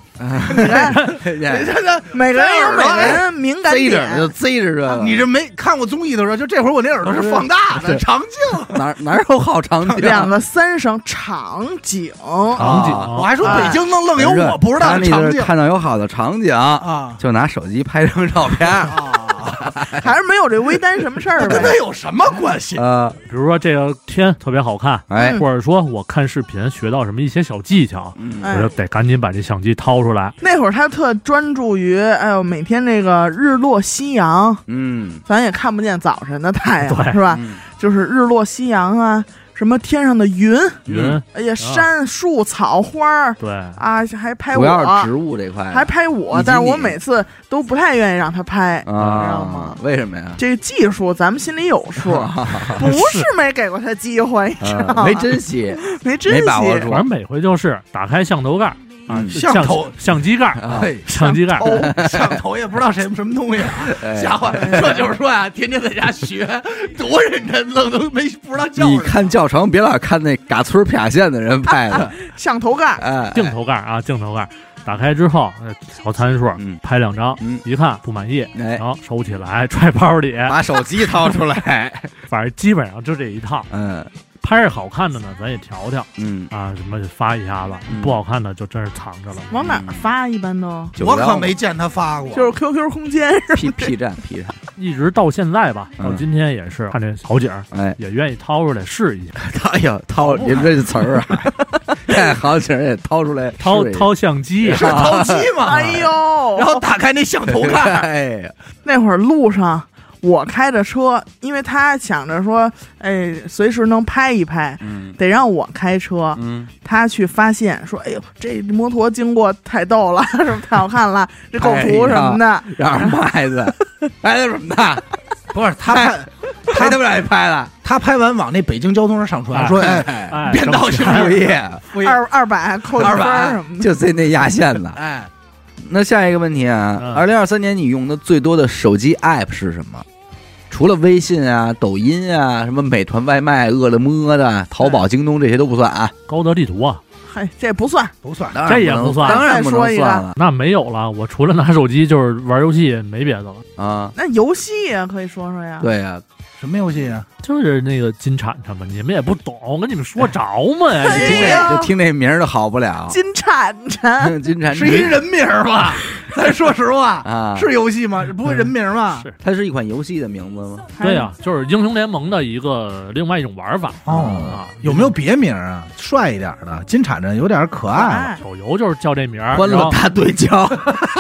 Speaker 3: 每个人有每个人敏感
Speaker 1: 贼着
Speaker 3: 点，
Speaker 1: 就贼着这个，
Speaker 2: 你这没看过综艺的时候，就这会儿我那耳朵是放大的长镜。
Speaker 1: 哪哪有好场景？
Speaker 3: 两个三声场景，
Speaker 4: 场景，
Speaker 2: 我还说北京能愣有我不知道的
Speaker 1: 他那
Speaker 2: 场景
Speaker 1: 是看到有好的场景
Speaker 2: 啊，
Speaker 1: 就拿手机拍张照片
Speaker 2: 啊，
Speaker 3: 还是没有这微单什么事儿
Speaker 2: 跟他
Speaker 3: 呗？
Speaker 2: 有什么关系？
Speaker 1: 呃，
Speaker 4: 比如说这个天特别好看，
Speaker 1: 哎，
Speaker 3: 嗯
Speaker 4: 或者说我看视频学到什么一些小技巧，
Speaker 1: 嗯
Speaker 3: 哎
Speaker 4: 我就得赶紧把这相机掏出来。
Speaker 3: 那会儿他特专注于，哎呦，每天这个日落夕阳，
Speaker 1: 嗯，
Speaker 3: 咱也看不见早晨的太阳，
Speaker 4: 对
Speaker 3: 是吧？
Speaker 1: 嗯
Speaker 3: 就是日落夕阳啊，什么天上的云，
Speaker 4: 云，
Speaker 3: 哎呀，山树草花儿
Speaker 4: 对，
Speaker 3: 啊，还拍
Speaker 1: 主要是
Speaker 3: 我，
Speaker 1: 植物这块，
Speaker 3: 还拍我，
Speaker 1: 以及
Speaker 3: 但是我
Speaker 1: 你
Speaker 3: 每次都不太愿意让他拍，你知道
Speaker 1: 啊
Speaker 3: 吗？？
Speaker 1: 为什么呀？
Speaker 3: 这个技术咱们心里有数，不是没给过他机会，你知道吗？
Speaker 1: 啊没珍惜，
Speaker 3: 没珍惜，
Speaker 1: 没把握住
Speaker 4: 反正每回就是打开相头盖啊，
Speaker 1: 嗯
Speaker 4: 相
Speaker 2: 相头
Speaker 4: 相机盖，
Speaker 1: 啊
Speaker 2: 哎，
Speaker 4: 相机盖，
Speaker 2: 头上头也不知道什么什么东西啊，
Speaker 1: 哎
Speaker 2: 家伙，这就是说呀，天天在家学，多认真，愣都没不知道叫什么。
Speaker 1: 你看教程，别老看那嘎村啪线的人拍的，
Speaker 3: 相头盖，
Speaker 1: 哎，
Speaker 4: 镜头盖啊，镜头盖。打开之后，呃调参数，
Speaker 1: 嗯
Speaker 4: 拍两张，
Speaker 1: 嗯
Speaker 4: 一看不满意，
Speaker 1: 哎
Speaker 4: 然后收起来揣包里，
Speaker 1: 把手机掏出来，
Speaker 4: 反正基本上就这一套。
Speaker 1: 嗯
Speaker 4: 拍着好看的呢，咱也调调
Speaker 1: 嗯，
Speaker 4: 啊，什么发一下子；
Speaker 1: 嗯
Speaker 4: 不好看的就真是藏着了。
Speaker 3: 往哪儿发？一般都
Speaker 2: 我可没见他发过，
Speaker 3: 就是 Q Q 空间是
Speaker 1: P P 站 P 站，
Speaker 4: 一直到现在吧，
Speaker 1: 嗯
Speaker 4: 到今天也是看这好景儿，
Speaker 1: 哎，
Speaker 4: 也愿意掏出来试一下，
Speaker 1: 哎呦，掏您这词儿啊，太好景儿也掏出来试一下，
Speaker 4: 掏掏相机
Speaker 2: 是淘气嘛。
Speaker 3: 哎呦，
Speaker 2: 然后打开那相头盖，
Speaker 1: 哎呀，
Speaker 3: 那会儿路上我开着车，因为他想着说，哎，随时能拍一拍，
Speaker 1: 嗯
Speaker 3: 得让我开车。
Speaker 1: 嗯，
Speaker 3: 他去发现说，哎呦，这摩托经过太逗了，什么太好看了，这构图什么的。
Speaker 1: 让人拍的，拍的什么的？
Speaker 2: 不是他拍，
Speaker 1: 拍都不让人拍了，
Speaker 2: 他拍完往那北京交通上上传，说哎，
Speaker 4: 哎，
Speaker 2: 编导性
Speaker 1: 副业，
Speaker 2: 副业，
Speaker 3: 二二百扣一分儿什么的，
Speaker 1: 就这那压线了。
Speaker 2: 哎，
Speaker 1: 那下一个问题啊，
Speaker 4: 嗯
Speaker 1: 二零二三年你用的最多的手机 app 是什么？除了微信啊、抖音啊、什么美团外卖、饿了么的、淘宝、京东这些都不算啊，
Speaker 4: 高德地图啊，
Speaker 3: 嗨，这不算。
Speaker 2: 不算。
Speaker 1: 当然
Speaker 4: 这也
Speaker 1: 不能
Speaker 4: 不算
Speaker 1: 当然不能
Speaker 3: 再说一个
Speaker 1: 算了
Speaker 4: 那没有了。我除了拿手机就是玩游戏，没别的了。
Speaker 1: 啊。
Speaker 3: 那游戏呀，可以说说呀。
Speaker 1: 对呀，
Speaker 2: 什么游戏啊？
Speaker 4: 就是那个金铲铲嘛，你们也不懂，我跟你们说着嘛呀。
Speaker 3: 哎
Speaker 1: 就听
Speaker 3: 呀
Speaker 1: 这就听这名儿都好不了。
Speaker 3: 金铲铲，
Speaker 1: 金蝉
Speaker 2: 是一人名吧？咱说实话，
Speaker 1: 啊，
Speaker 2: 是游戏吗？不会人名吗？
Speaker 4: 是
Speaker 1: 它是一款游戏的名字吗？
Speaker 4: 对呀、就是英雄联盟的一个另外一种玩法
Speaker 2: 哦
Speaker 4: 啊。
Speaker 2: 有没有别名啊？帅一点的，金铲铲有点可爱了。
Speaker 3: 哎
Speaker 4: 手游就是叫这名儿，
Speaker 1: 欢乐
Speaker 4: 然后
Speaker 1: 大对焦，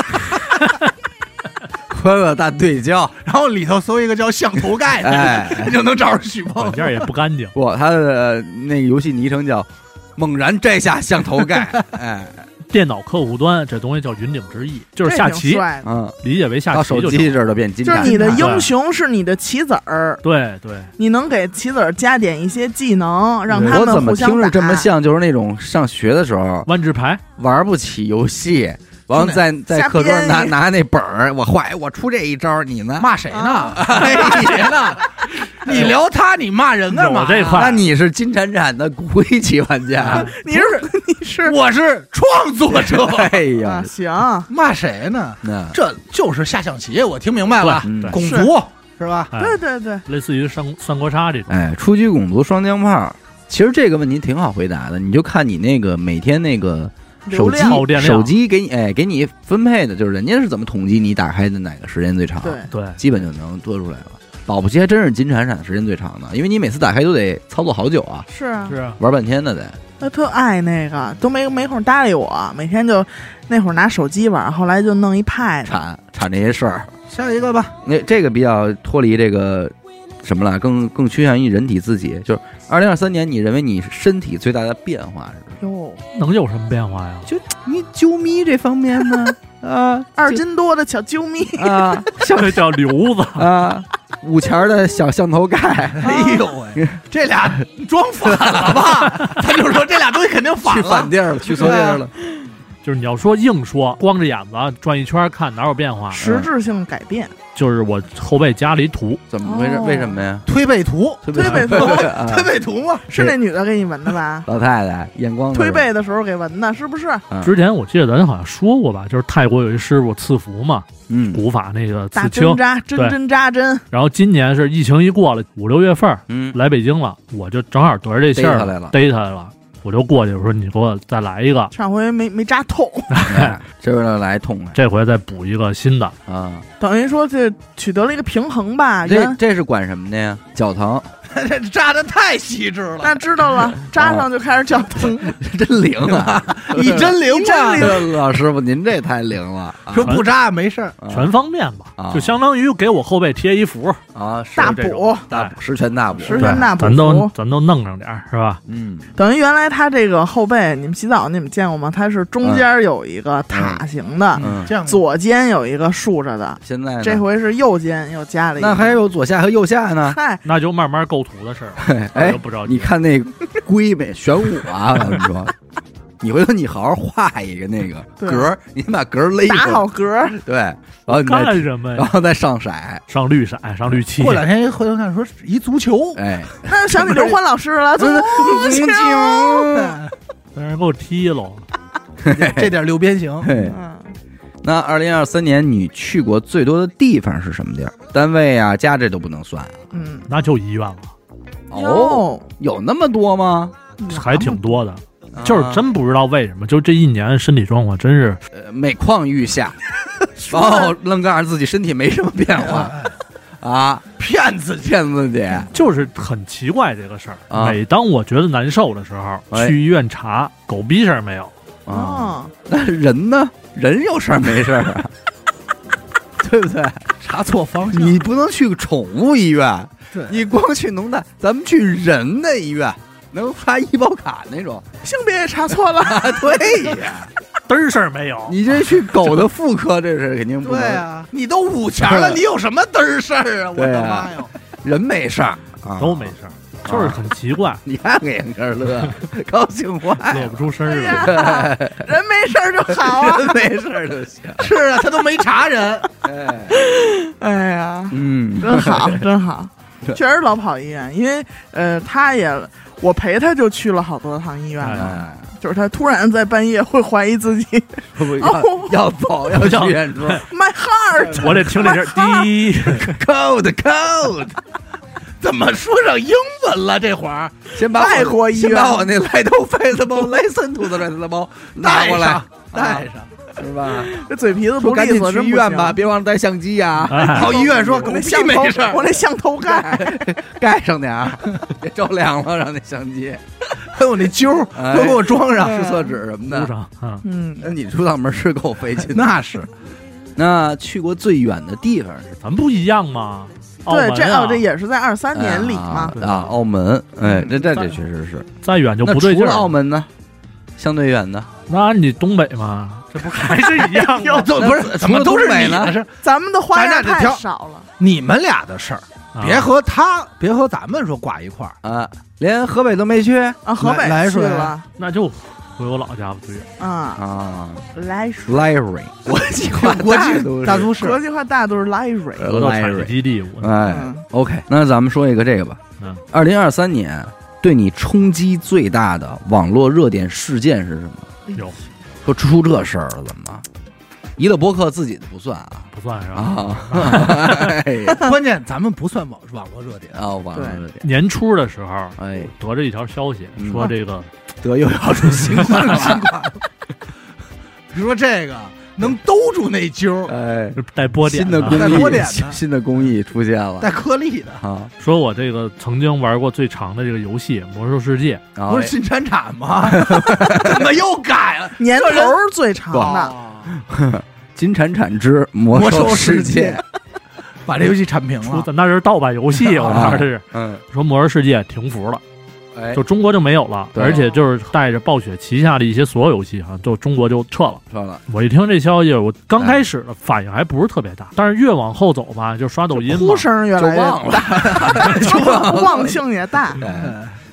Speaker 1: 欢乐大对焦，
Speaker 2: 然后里头搜一个叫相头盖的，
Speaker 1: 哎
Speaker 2: 你就能找着许梦
Speaker 4: 软。件也不干净。
Speaker 1: 不，它的那个游戏昵称叫“猛然摘下相头盖”，哎，
Speaker 4: 电脑客户端这东西叫云顶之翼，就是下
Speaker 3: 这挺
Speaker 4: 棋，
Speaker 3: 帅的
Speaker 1: 嗯，
Speaker 4: 理解为下
Speaker 1: 到手
Speaker 4: 棋就行。
Speaker 1: 机这儿都变金蝉，
Speaker 3: 就是你的
Speaker 4: 对
Speaker 3: 英雄是你的棋子儿，
Speaker 4: 对对，
Speaker 3: 你能给棋子儿加点一些技能，让他
Speaker 1: 我怎么
Speaker 3: 们互相打。
Speaker 1: 听着这么像？就是那种上学的时候
Speaker 4: 万智牌
Speaker 1: 玩不起游戏，完了在在课桌上拿拿那本儿，我画，哎我出这一招，你呢？
Speaker 2: 骂谁呢？
Speaker 3: 啊
Speaker 2: 哎谁呢？你聊他，你骂人干嘛呀？
Speaker 4: 有这块
Speaker 1: 那你是金铲铲的骨灰级玩家？
Speaker 3: 你是你是
Speaker 2: 我是创作者，
Speaker 1: 哎
Speaker 3: 啊，
Speaker 1: 呀，
Speaker 3: 行，
Speaker 2: 骂谁呢？
Speaker 1: 那
Speaker 2: 这就是下象棋，我听明白了，
Speaker 1: 嗯
Speaker 4: 对
Speaker 2: 拱卒是吧？
Speaker 4: 哎
Speaker 3: 对对对，
Speaker 4: 类似于三三国杀这种。
Speaker 1: 哎，出车拱卒双枪炮，其实这个问题挺好回答的，你就看你那个每天那个手机
Speaker 3: 流量
Speaker 4: 耗电量
Speaker 1: 手机给你哎给你分配的，就是人家是怎么统计你打开的哪个时间最长，
Speaker 3: 对，
Speaker 4: 对，
Speaker 1: 基本就能多出来了。保不齐还真是金铲铲时间最长的，因为你每次打开都得操作好久啊，
Speaker 3: 是啊，
Speaker 4: 是啊，
Speaker 1: 玩半天的得。
Speaker 3: 他特爱那个，都没没空搭理我，每天就那会儿拿手机玩，后来就弄一 pad，
Speaker 1: 铲铲这些事儿。
Speaker 2: 下一个吧，
Speaker 1: 那这个比较脱离这个什么了，更更趋向于人体自己。就是二零二三年，你认为你身体最大的变化是什么？
Speaker 3: 哟，
Speaker 4: 能有什么变化呀？
Speaker 1: 就你啾咪这方面呢？啊，
Speaker 3: 二斤多的小啾咪，
Speaker 1: 啊，
Speaker 4: 这叫瘤子。
Speaker 1: 啊，五钱儿的小象头盖，
Speaker 2: 哎呦喂，这俩装反了吧？他就说这俩东西肯定反
Speaker 1: 去反
Speaker 2: 了。
Speaker 1: 地儿了，去错地儿了。
Speaker 4: 就是你要说硬说，光着眼子转一圈看哪有变化，
Speaker 3: 实质性改变。
Speaker 4: 就是我后背加了一图，
Speaker 1: 怎么回事？
Speaker 3: 哦
Speaker 1: 为什么呀？
Speaker 2: 推背图，
Speaker 1: 推
Speaker 3: 推背图
Speaker 2: 推背图嘛，
Speaker 3: 是那女的给你纹的吧？
Speaker 1: 老太太眼光
Speaker 3: 推背的时候给纹的，是不是？
Speaker 4: 之前我记得咱好像说过吧，就是泰国有一师傅赐福嘛，
Speaker 1: 嗯，
Speaker 4: 古法那个
Speaker 3: 打
Speaker 4: 刺青
Speaker 3: 针扎，针针扎针。
Speaker 4: 然后今年是疫情一过了，五六月份，
Speaker 1: 嗯，
Speaker 4: 来北京了，我就正好得着这信儿
Speaker 1: 逮他来了，
Speaker 4: 逮他来了。我就过去，我说你给我再来一个，
Speaker 3: 上回没没扎痛，
Speaker 1: 这回来痛快，
Speaker 4: 这回再补一个新的
Speaker 1: 啊，
Speaker 3: 等于说这取得了一个平衡吧。
Speaker 1: 这这是管什么的呀？脚疼，
Speaker 2: 这扎的太细致了。
Speaker 3: 那知道了，扎上就开始脚疼，
Speaker 1: 真灵啊！
Speaker 2: 你真灵啊！
Speaker 1: 老师傅，您这太灵了。
Speaker 2: 说不扎没事儿，
Speaker 4: 全方面吧，就相当于给我后背贴一符
Speaker 1: 啊，
Speaker 3: 大补，
Speaker 1: 大补，十全大补，
Speaker 3: 十全大补，
Speaker 4: 咱都咱都弄上点是吧？
Speaker 1: 嗯，
Speaker 3: 等于原来它这个后背，你们洗澡你们见过吗？它是中间有一个塔形的，左肩有一个竖着的。
Speaker 1: 现在
Speaker 3: 这回是右肩又加了一个，
Speaker 1: 那还有左下和右下呢？
Speaker 3: 嗨，
Speaker 4: 那就慢慢构图的事儿。
Speaker 1: 哎，
Speaker 4: 不着急。
Speaker 1: 你看那龟没玄武啊？我跟你说，你回头你好好画一个那个格，你把格勒
Speaker 3: 打好格，
Speaker 1: 对，然后你
Speaker 4: 干什么呀？
Speaker 1: 然后再上色，
Speaker 4: 上绿色，上绿漆。
Speaker 2: 过两天回头看说一足球，
Speaker 1: 哎，
Speaker 3: 那就想起刘欢老师了，足球，
Speaker 4: 让人给我踢喽。
Speaker 2: 这点溜边形。
Speaker 1: 嗯，那二零二三年你去过最多的地方是什么地儿？单位啊，家这都不能算啊。
Speaker 3: 嗯，
Speaker 4: 那就医院了。
Speaker 1: 哦，有那么多吗？
Speaker 4: 还挺多的。就是真不知道为什么，就这一年身体状况真是
Speaker 1: 呃每况愈下，然后愣告诉自己身体没什么变化啊，骗自骗自己，
Speaker 4: 就是很奇怪这个事儿。
Speaker 1: 啊、
Speaker 4: 每当我觉得难受的时候，
Speaker 1: 哎、
Speaker 4: 去医院查，狗逼事儿没有
Speaker 1: 啊、哦。那人呢？人有事儿没事儿啊？对不对？
Speaker 2: 查错方向，
Speaker 1: 你不能去宠物医院，
Speaker 2: 对，
Speaker 1: 你光去农大，咱们去人的医院。能刷医保卡那种，
Speaker 3: 性别也查错了，
Speaker 1: 对呀，
Speaker 4: 嘚儿事儿没有。
Speaker 1: 你这去狗的妇科，这是肯定不能。
Speaker 2: 对啊，你都五钱了，你有什么嘚儿事儿啊？我的妈哟，
Speaker 1: 人没事儿，
Speaker 4: 都没事儿，就是很奇怪。
Speaker 1: 你看给人这乐，高兴坏，
Speaker 4: 乐不出声来。
Speaker 3: 人没事儿就好啊，
Speaker 1: 人没事儿就行。
Speaker 2: 是啊，他都没查人。
Speaker 1: 哎，
Speaker 3: 哎呀，
Speaker 1: 嗯，
Speaker 3: 真好，真好。确实老跑医院，因为呃，他也我陪他就去了好多趟医院了，
Speaker 1: 哎、
Speaker 3: 就是他突然在半夜会怀疑自己
Speaker 1: 要、哦、要走要去远处
Speaker 3: ，My heart，
Speaker 4: 我得听这声滴
Speaker 1: ，code code，
Speaker 2: 怎么说上英文了？这会儿
Speaker 1: 先把
Speaker 3: 外国医院，
Speaker 1: 先把我那来头费子包，listen to the rest 包拿过来，
Speaker 2: 带上。
Speaker 1: 是吧？
Speaker 3: 这嘴皮子不
Speaker 1: 赶紧
Speaker 3: 去
Speaker 1: 医院吧，别忘了带相机呀、
Speaker 2: 啊！到医院说狗屁没事，
Speaker 3: 我那相头盖
Speaker 1: 盖上点儿，别着凉了，让那相机。
Speaker 2: 还有那揪都给我装上，
Speaker 1: 湿厕纸什么的。
Speaker 3: 嗯，
Speaker 1: 那你出趟门是够费劲，
Speaker 2: 那是。
Speaker 1: 那去过最远的地方是？
Speaker 4: 咱不一样吗？
Speaker 3: 对，这
Speaker 4: 哦
Speaker 3: 这也是在二三年里嘛。
Speaker 1: 啊，澳门，哎，这这这确实是。
Speaker 4: 再远就不对劲。
Speaker 1: 除了澳门呢？相对远的，
Speaker 4: 那你东北嘛？这不还是一样吗？
Speaker 2: 不是，怎么都是你呢？是
Speaker 3: 咱们的花样太少了。
Speaker 2: 你们俩的事儿，别和他，别和咱们说挂一块儿
Speaker 1: 啊！连河北都没去
Speaker 3: 啊，河北
Speaker 2: 来
Speaker 3: 去了，
Speaker 4: 那就回我老家不最远
Speaker 3: 啊
Speaker 1: 啊！
Speaker 3: 来水，
Speaker 1: 来水，国际化
Speaker 2: 国际大都市，
Speaker 3: 国际化大都是来水，
Speaker 4: 得到产业基地。
Speaker 1: 哎 ，OK， 那咱们说一个这个吧。
Speaker 4: 嗯，
Speaker 1: 二零二三年对你冲击最大的网络热点事件是什么？
Speaker 4: 有。
Speaker 1: 说出这事儿了，怎么？娱乐播客自己的不算啊，
Speaker 4: 不算是吧？
Speaker 1: 啊，
Speaker 2: 关键咱们不算网网络热点
Speaker 1: 啊，网络热点。
Speaker 4: 年初的时候，
Speaker 1: 哎，
Speaker 4: 得着一条消息，说这个
Speaker 1: 得又要出新冠了。
Speaker 2: 你说这个能兜住那揪，
Speaker 1: 哎，
Speaker 4: 带波点，
Speaker 1: 新的工艺，
Speaker 2: 新
Speaker 1: 新的工艺出现了，
Speaker 2: 带颗粒的
Speaker 1: 啊。
Speaker 4: 说我这个曾经玩过最长的这个游戏《魔兽世界》，
Speaker 2: 不是新产产吗？怎么又改了？
Speaker 3: 年头最长的。
Speaker 1: 金铲铲之魔兽世界，
Speaker 2: 把这游戏铲平了。
Speaker 4: 那是盗版游戏，我玩的是。
Speaker 1: 嗯，
Speaker 4: 说魔兽世界停服了。就中国就没有了，而且就是带着暴雪旗下的一些所有游戏哈，就中国就撤了。
Speaker 1: 撤了。
Speaker 4: 我一听这消息，我刚开始的反应还不是特别大，但是越往后走吧，就刷抖音嘛，
Speaker 3: 呼声越来越
Speaker 1: 大，
Speaker 3: 就忘性也大。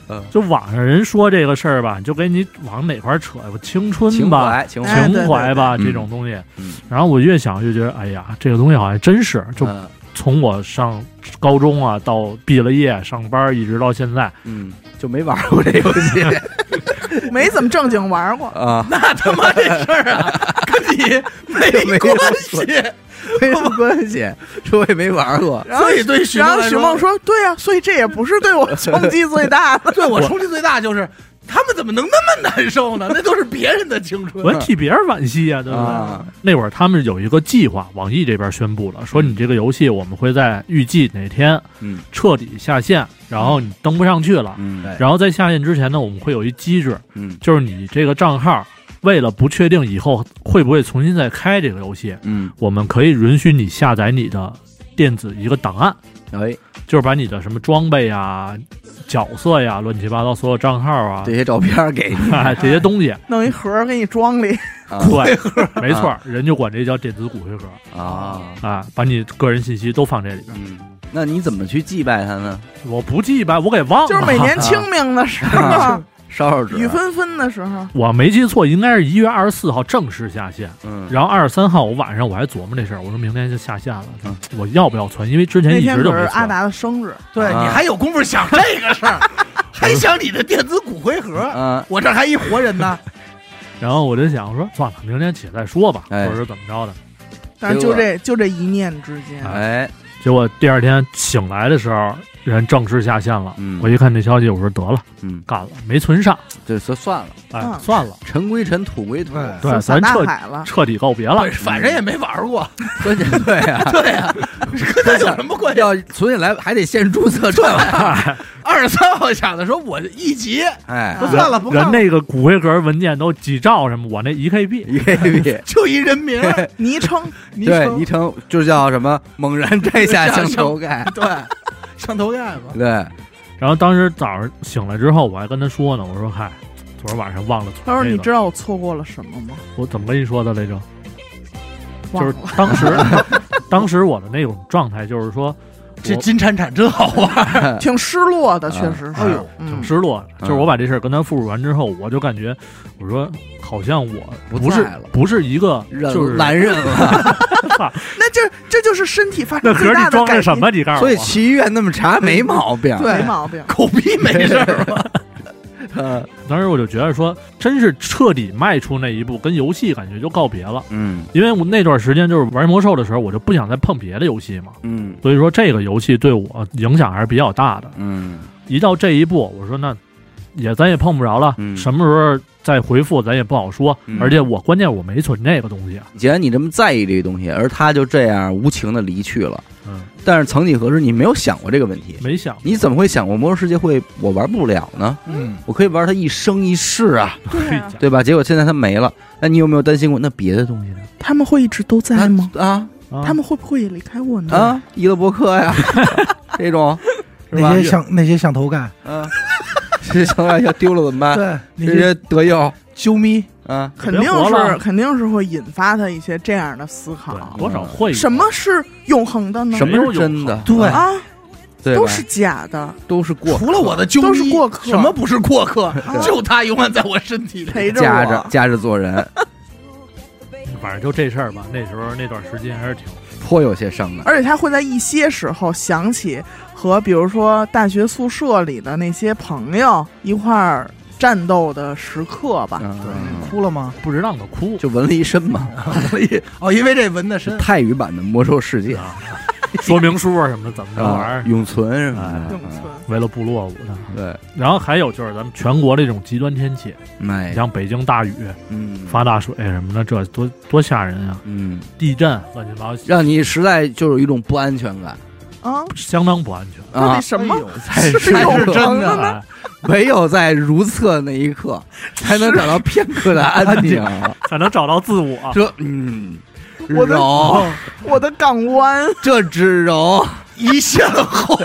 Speaker 4: 就网上人说这个事儿吧，就给你往哪块扯，青春吧，
Speaker 1: 情怀，
Speaker 3: 哎
Speaker 4: 情怀吧，
Speaker 1: 对对
Speaker 4: 这种东西。
Speaker 1: 嗯、
Speaker 4: 然后我越想越觉得，哎呀，这个东西好像真是，就从我上高中啊到毕了业上班，一直到现在，
Speaker 1: 嗯，就没玩过这游戏，
Speaker 3: 没怎么正经玩过
Speaker 1: 啊。
Speaker 2: 那他妈这事儿啊，跟你没关系。
Speaker 1: 没什么关系，说我也没玩过。
Speaker 2: 所以对许梦，
Speaker 3: 然后许梦说：“对呀、啊，所以这也不是对我冲击最大的。
Speaker 2: 对我冲击最大就是他们怎么能那么难受呢？那都是别人的青春，
Speaker 4: 我替别人惋惜啊，对不对？啊、那会儿他们有一个计划，网易这边宣布了，说你这个游戏我们会在预计哪天
Speaker 1: 嗯
Speaker 4: 彻底下线，然后你登不上去了，
Speaker 1: 嗯，
Speaker 4: 然后在下线之前呢，我们会有一机制，
Speaker 1: 嗯，
Speaker 4: 就是你这个账号。为了不确定以后会不会重新再开这个游戏，
Speaker 1: 嗯，
Speaker 4: 我们可以允许你下载你的电子一个档案，
Speaker 1: 哎，
Speaker 4: 就是把你的什么装备啊、角色呀、乱七八糟所有账号啊
Speaker 1: 这些照片给你，
Speaker 4: 哎、这些东西
Speaker 3: 弄一盒给你装里，
Speaker 4: 骨灰盒，没错，啊、人就管这叫电子骨灰盒
Speaker 1: 啊
Speaker 4: 啊，把你个人信息都放这里边。
Speaker 1: 嗯，那你怎么去祭拜他呢？
Speaker 4: 我不祭拜，我给忘了，
Speaker 3: 就是每年清明的时候。啊
Speaker 1: 烧烧纸，
Speaker 3: 雨纷纷的时候，
Speaker 4: 我没记错，应该是一月二十四号正式下线。
Speaker 1: 嗯，
Speaker 4: 然后二十三号我晚上我还琢磨这事儿，我说明天就下线了，嗯、我要不要存？因为之前一直都没存。
Speaker 3: 那天可是阿达的生日，
Speaker 2: 对、啊、你还有功夫想这个事儿，还想你的电子骨灰盒？
Speaker 1: 嗯，
Speaker 2: 我这还一活人呢。
Speaker 4: 然后我就想说，算了，明天起再说吧，
Speaker 1: 哎、
Speaker 4: 或者是怎么着的。
Speaker 3: 但是就这就这一念之间，
Speaker 1: 哎，
Speaker 4: 结果第二天醒来的时候。人正式下线了，
Speaker 1: 嗯，
Speaker 4: 我一看这消息，我说得了，
Speaker 1: 嗯，
Speaker 4: 干了，没存上，
Speaker 1: 这说算了，
Speaker 4: 哎，
Speaker 3: 嗯、
Speaker 4: 算了，
Speaker 1: 尘归尘，土归土，
Speaker 4: 对，咱彻彻底告别了，
Speaker 2: 反正也没玩过，
Speaker 1: 关键对呀，
Speaker 2: 对呀，跟咱有什么关系？
Speaker 1: 要存起来还得先注册这玩意儿。
Speaker 2: 二十三号想的说，我一集，
Speaker 1: 哎，
Speaker 2: 不算了，不看
Speaker 4: 了。人那个骨灰盒文件都几兆什么，我那一 K B，
Speaker 1: 一 K B
Speaker 2: 就一人名、
Speaker 3: 昵称，
Speaker 1: 对，昵称就叫什么？猛然摘下香头盖，
Speaker 2: 对。上头盖吧，
Speaker 1: 对。
Speaker 4: 然后当时早上醒来之后，我还跟他说呢，我说：“嗨，昨儿晚上忘了存、这个。”
Speaker 3: 他说：“你知道我错过了什么吗？”
Speaker 4: 我怎么跟你说的来着？就是当时，当时我的那种状态就是说，
Speaker 2: 这金铲铲真好玩，
Speaker 3: 挺失落的，确实是，
Speaker 4: 哎呦，挺失落的。
Speaker 1: 嗯、
Speaker 4: 就是我把这事儿跟他复述完之后，我就感觉，我说好像我不是不是一个就是
Speaker 1: 男人了。
Speaker 3: 那这这就是身体发生最大的改变。
Speaker 4: 那盒里装着什么？你告诉我。
Speaker 1: 所以去医院那么查没毛病，
Speaker 3: 对，没毛病，
Speaker 2: 狗逼没事儿吧？
Speaker 4: 呃，当时我就觉得说，真是彻底迈出那一步，跟游戏感觉就告别了。
Speaker 1: 嗯，
Speaker 4: 因为我那段时间就是玩魔兽的时候，我就不想再碰别的游戏嘛。
Speaker 1: 嗯，
Speaker 4: 所以说这个游戏对我影响还是比较大的。
Speaker 1: 嗯，
Speaker 4: 一到这一步，我说那也咱也碰不着了，
Speaker 1: 嗯、
Speaker 4: 什么时候再回复咱也不好说。
Speaker 1: 嗯、
Speaker 4: 而且我关键我没存这个东西啊。
Speaker 1: 既然你这么在意这个东西，而他就这样无情的离去了。
Speaker 4: 嗯，
Speaker 1: 但是曾几何时，你没有想过这个问题？
Speaker 4: 没想，
Speaker 1: 你怎么会想过魔兽世界会我玩不了呢？
Speaker 2: 嗯，
Speaker 1: 我可以玩它一生一世啊，
Speaker 3: 对啊，
Speaker 1: 对吧？结果现在它没了，那你有没有担心过那别的东西呢？
Speaker 3: 他们会一直都在吗？
Speaker 1: 啊，
Speaker 4: 啊
Speaker 3: 他们会不会也离开我呢？
Speaker 1: 啊，伊勒伯克呀，这种
Speaker 2: 那些像那些像头盖，
Speaker 1: 啊，这些像头盖要丢了怎么办？
Speaker 2: 对，
Speaker 1: 这些德佑
Speaker 2: 啾咪。
Speaker 1: 啊，
Speaker 3: 肯定是肯定是会引发他一些这样的思考，
Speaker 4: 多少会。
Speaker 3: 什么是永恒的呢？
Speaker 1: 什么是真的？
Speaker 2: 对
Speaker 3: 啊，
Speaker 1: 对，
Speaker 3: 都是假的，
Speaker 1: 都是过客。
Speaker 2: 除了我的啾咪，
Speaker 3: 都是过客。
Speaker 2: 什么不是过客？就他永远在我身体里
Speaker 3: 陪着我，
Speaker 1: 夹着夹着做人。
Speaker 4: 反正就这事儿吧，那时候那段时间还是挺
Speaker 1: 颇有些伤感。
Speaker 3: 而且他会在一些时候想起和比如说大学宿舍里的那些朋友一块儿战斗的时刻吧。
Speaker 1: 嗯、
Speaker 2: 对，哭了吗？
Speaker 4: 不知道个哭，
Speaker 1: 就纹了一身嘛。
Speaker 2: 哦，因为这纹的身。
Speaker 1: 泰语版的魔兽世界。
Speaker 4: 啊说明书啊什么的怎么着玩意儿、
Speaker 1: 啊，永存什么的，
Speaker 3: 永存
Speaker 4: 为了部落舞的。
Speaker 1: 对，
Speaker 4: 然后还有就是咱们全国这种极端天气，
Speaker 1: 哎，
Speaker 4: 像北京大雨，
Speaker 1: 嗯，
Speaker 4: 发大水什么的，这多多吓人啊！
Speaker 1: 嗯，
Speaker 4: 地震乱七八糟，
Speaker 1: 让你实在就有一种不安全感
Speaker 3: 啊，
Speaker 4: 相当不安全。
Speaker 3: 到底什么
Speaker 1: 才是
Speaker 3: 真
Speaker 1: 的呢？唯有在如厕那一刻，才能找到片刻的安宁，
Speaker 4: 才能找到自我。
Speaker 1: 这嗯。
Speaker 3: 我的
Speaker 1: 揉，
Speaker 3: 我的港湾，
Speaker 1: 这只揉
Speaker 2: 一向后，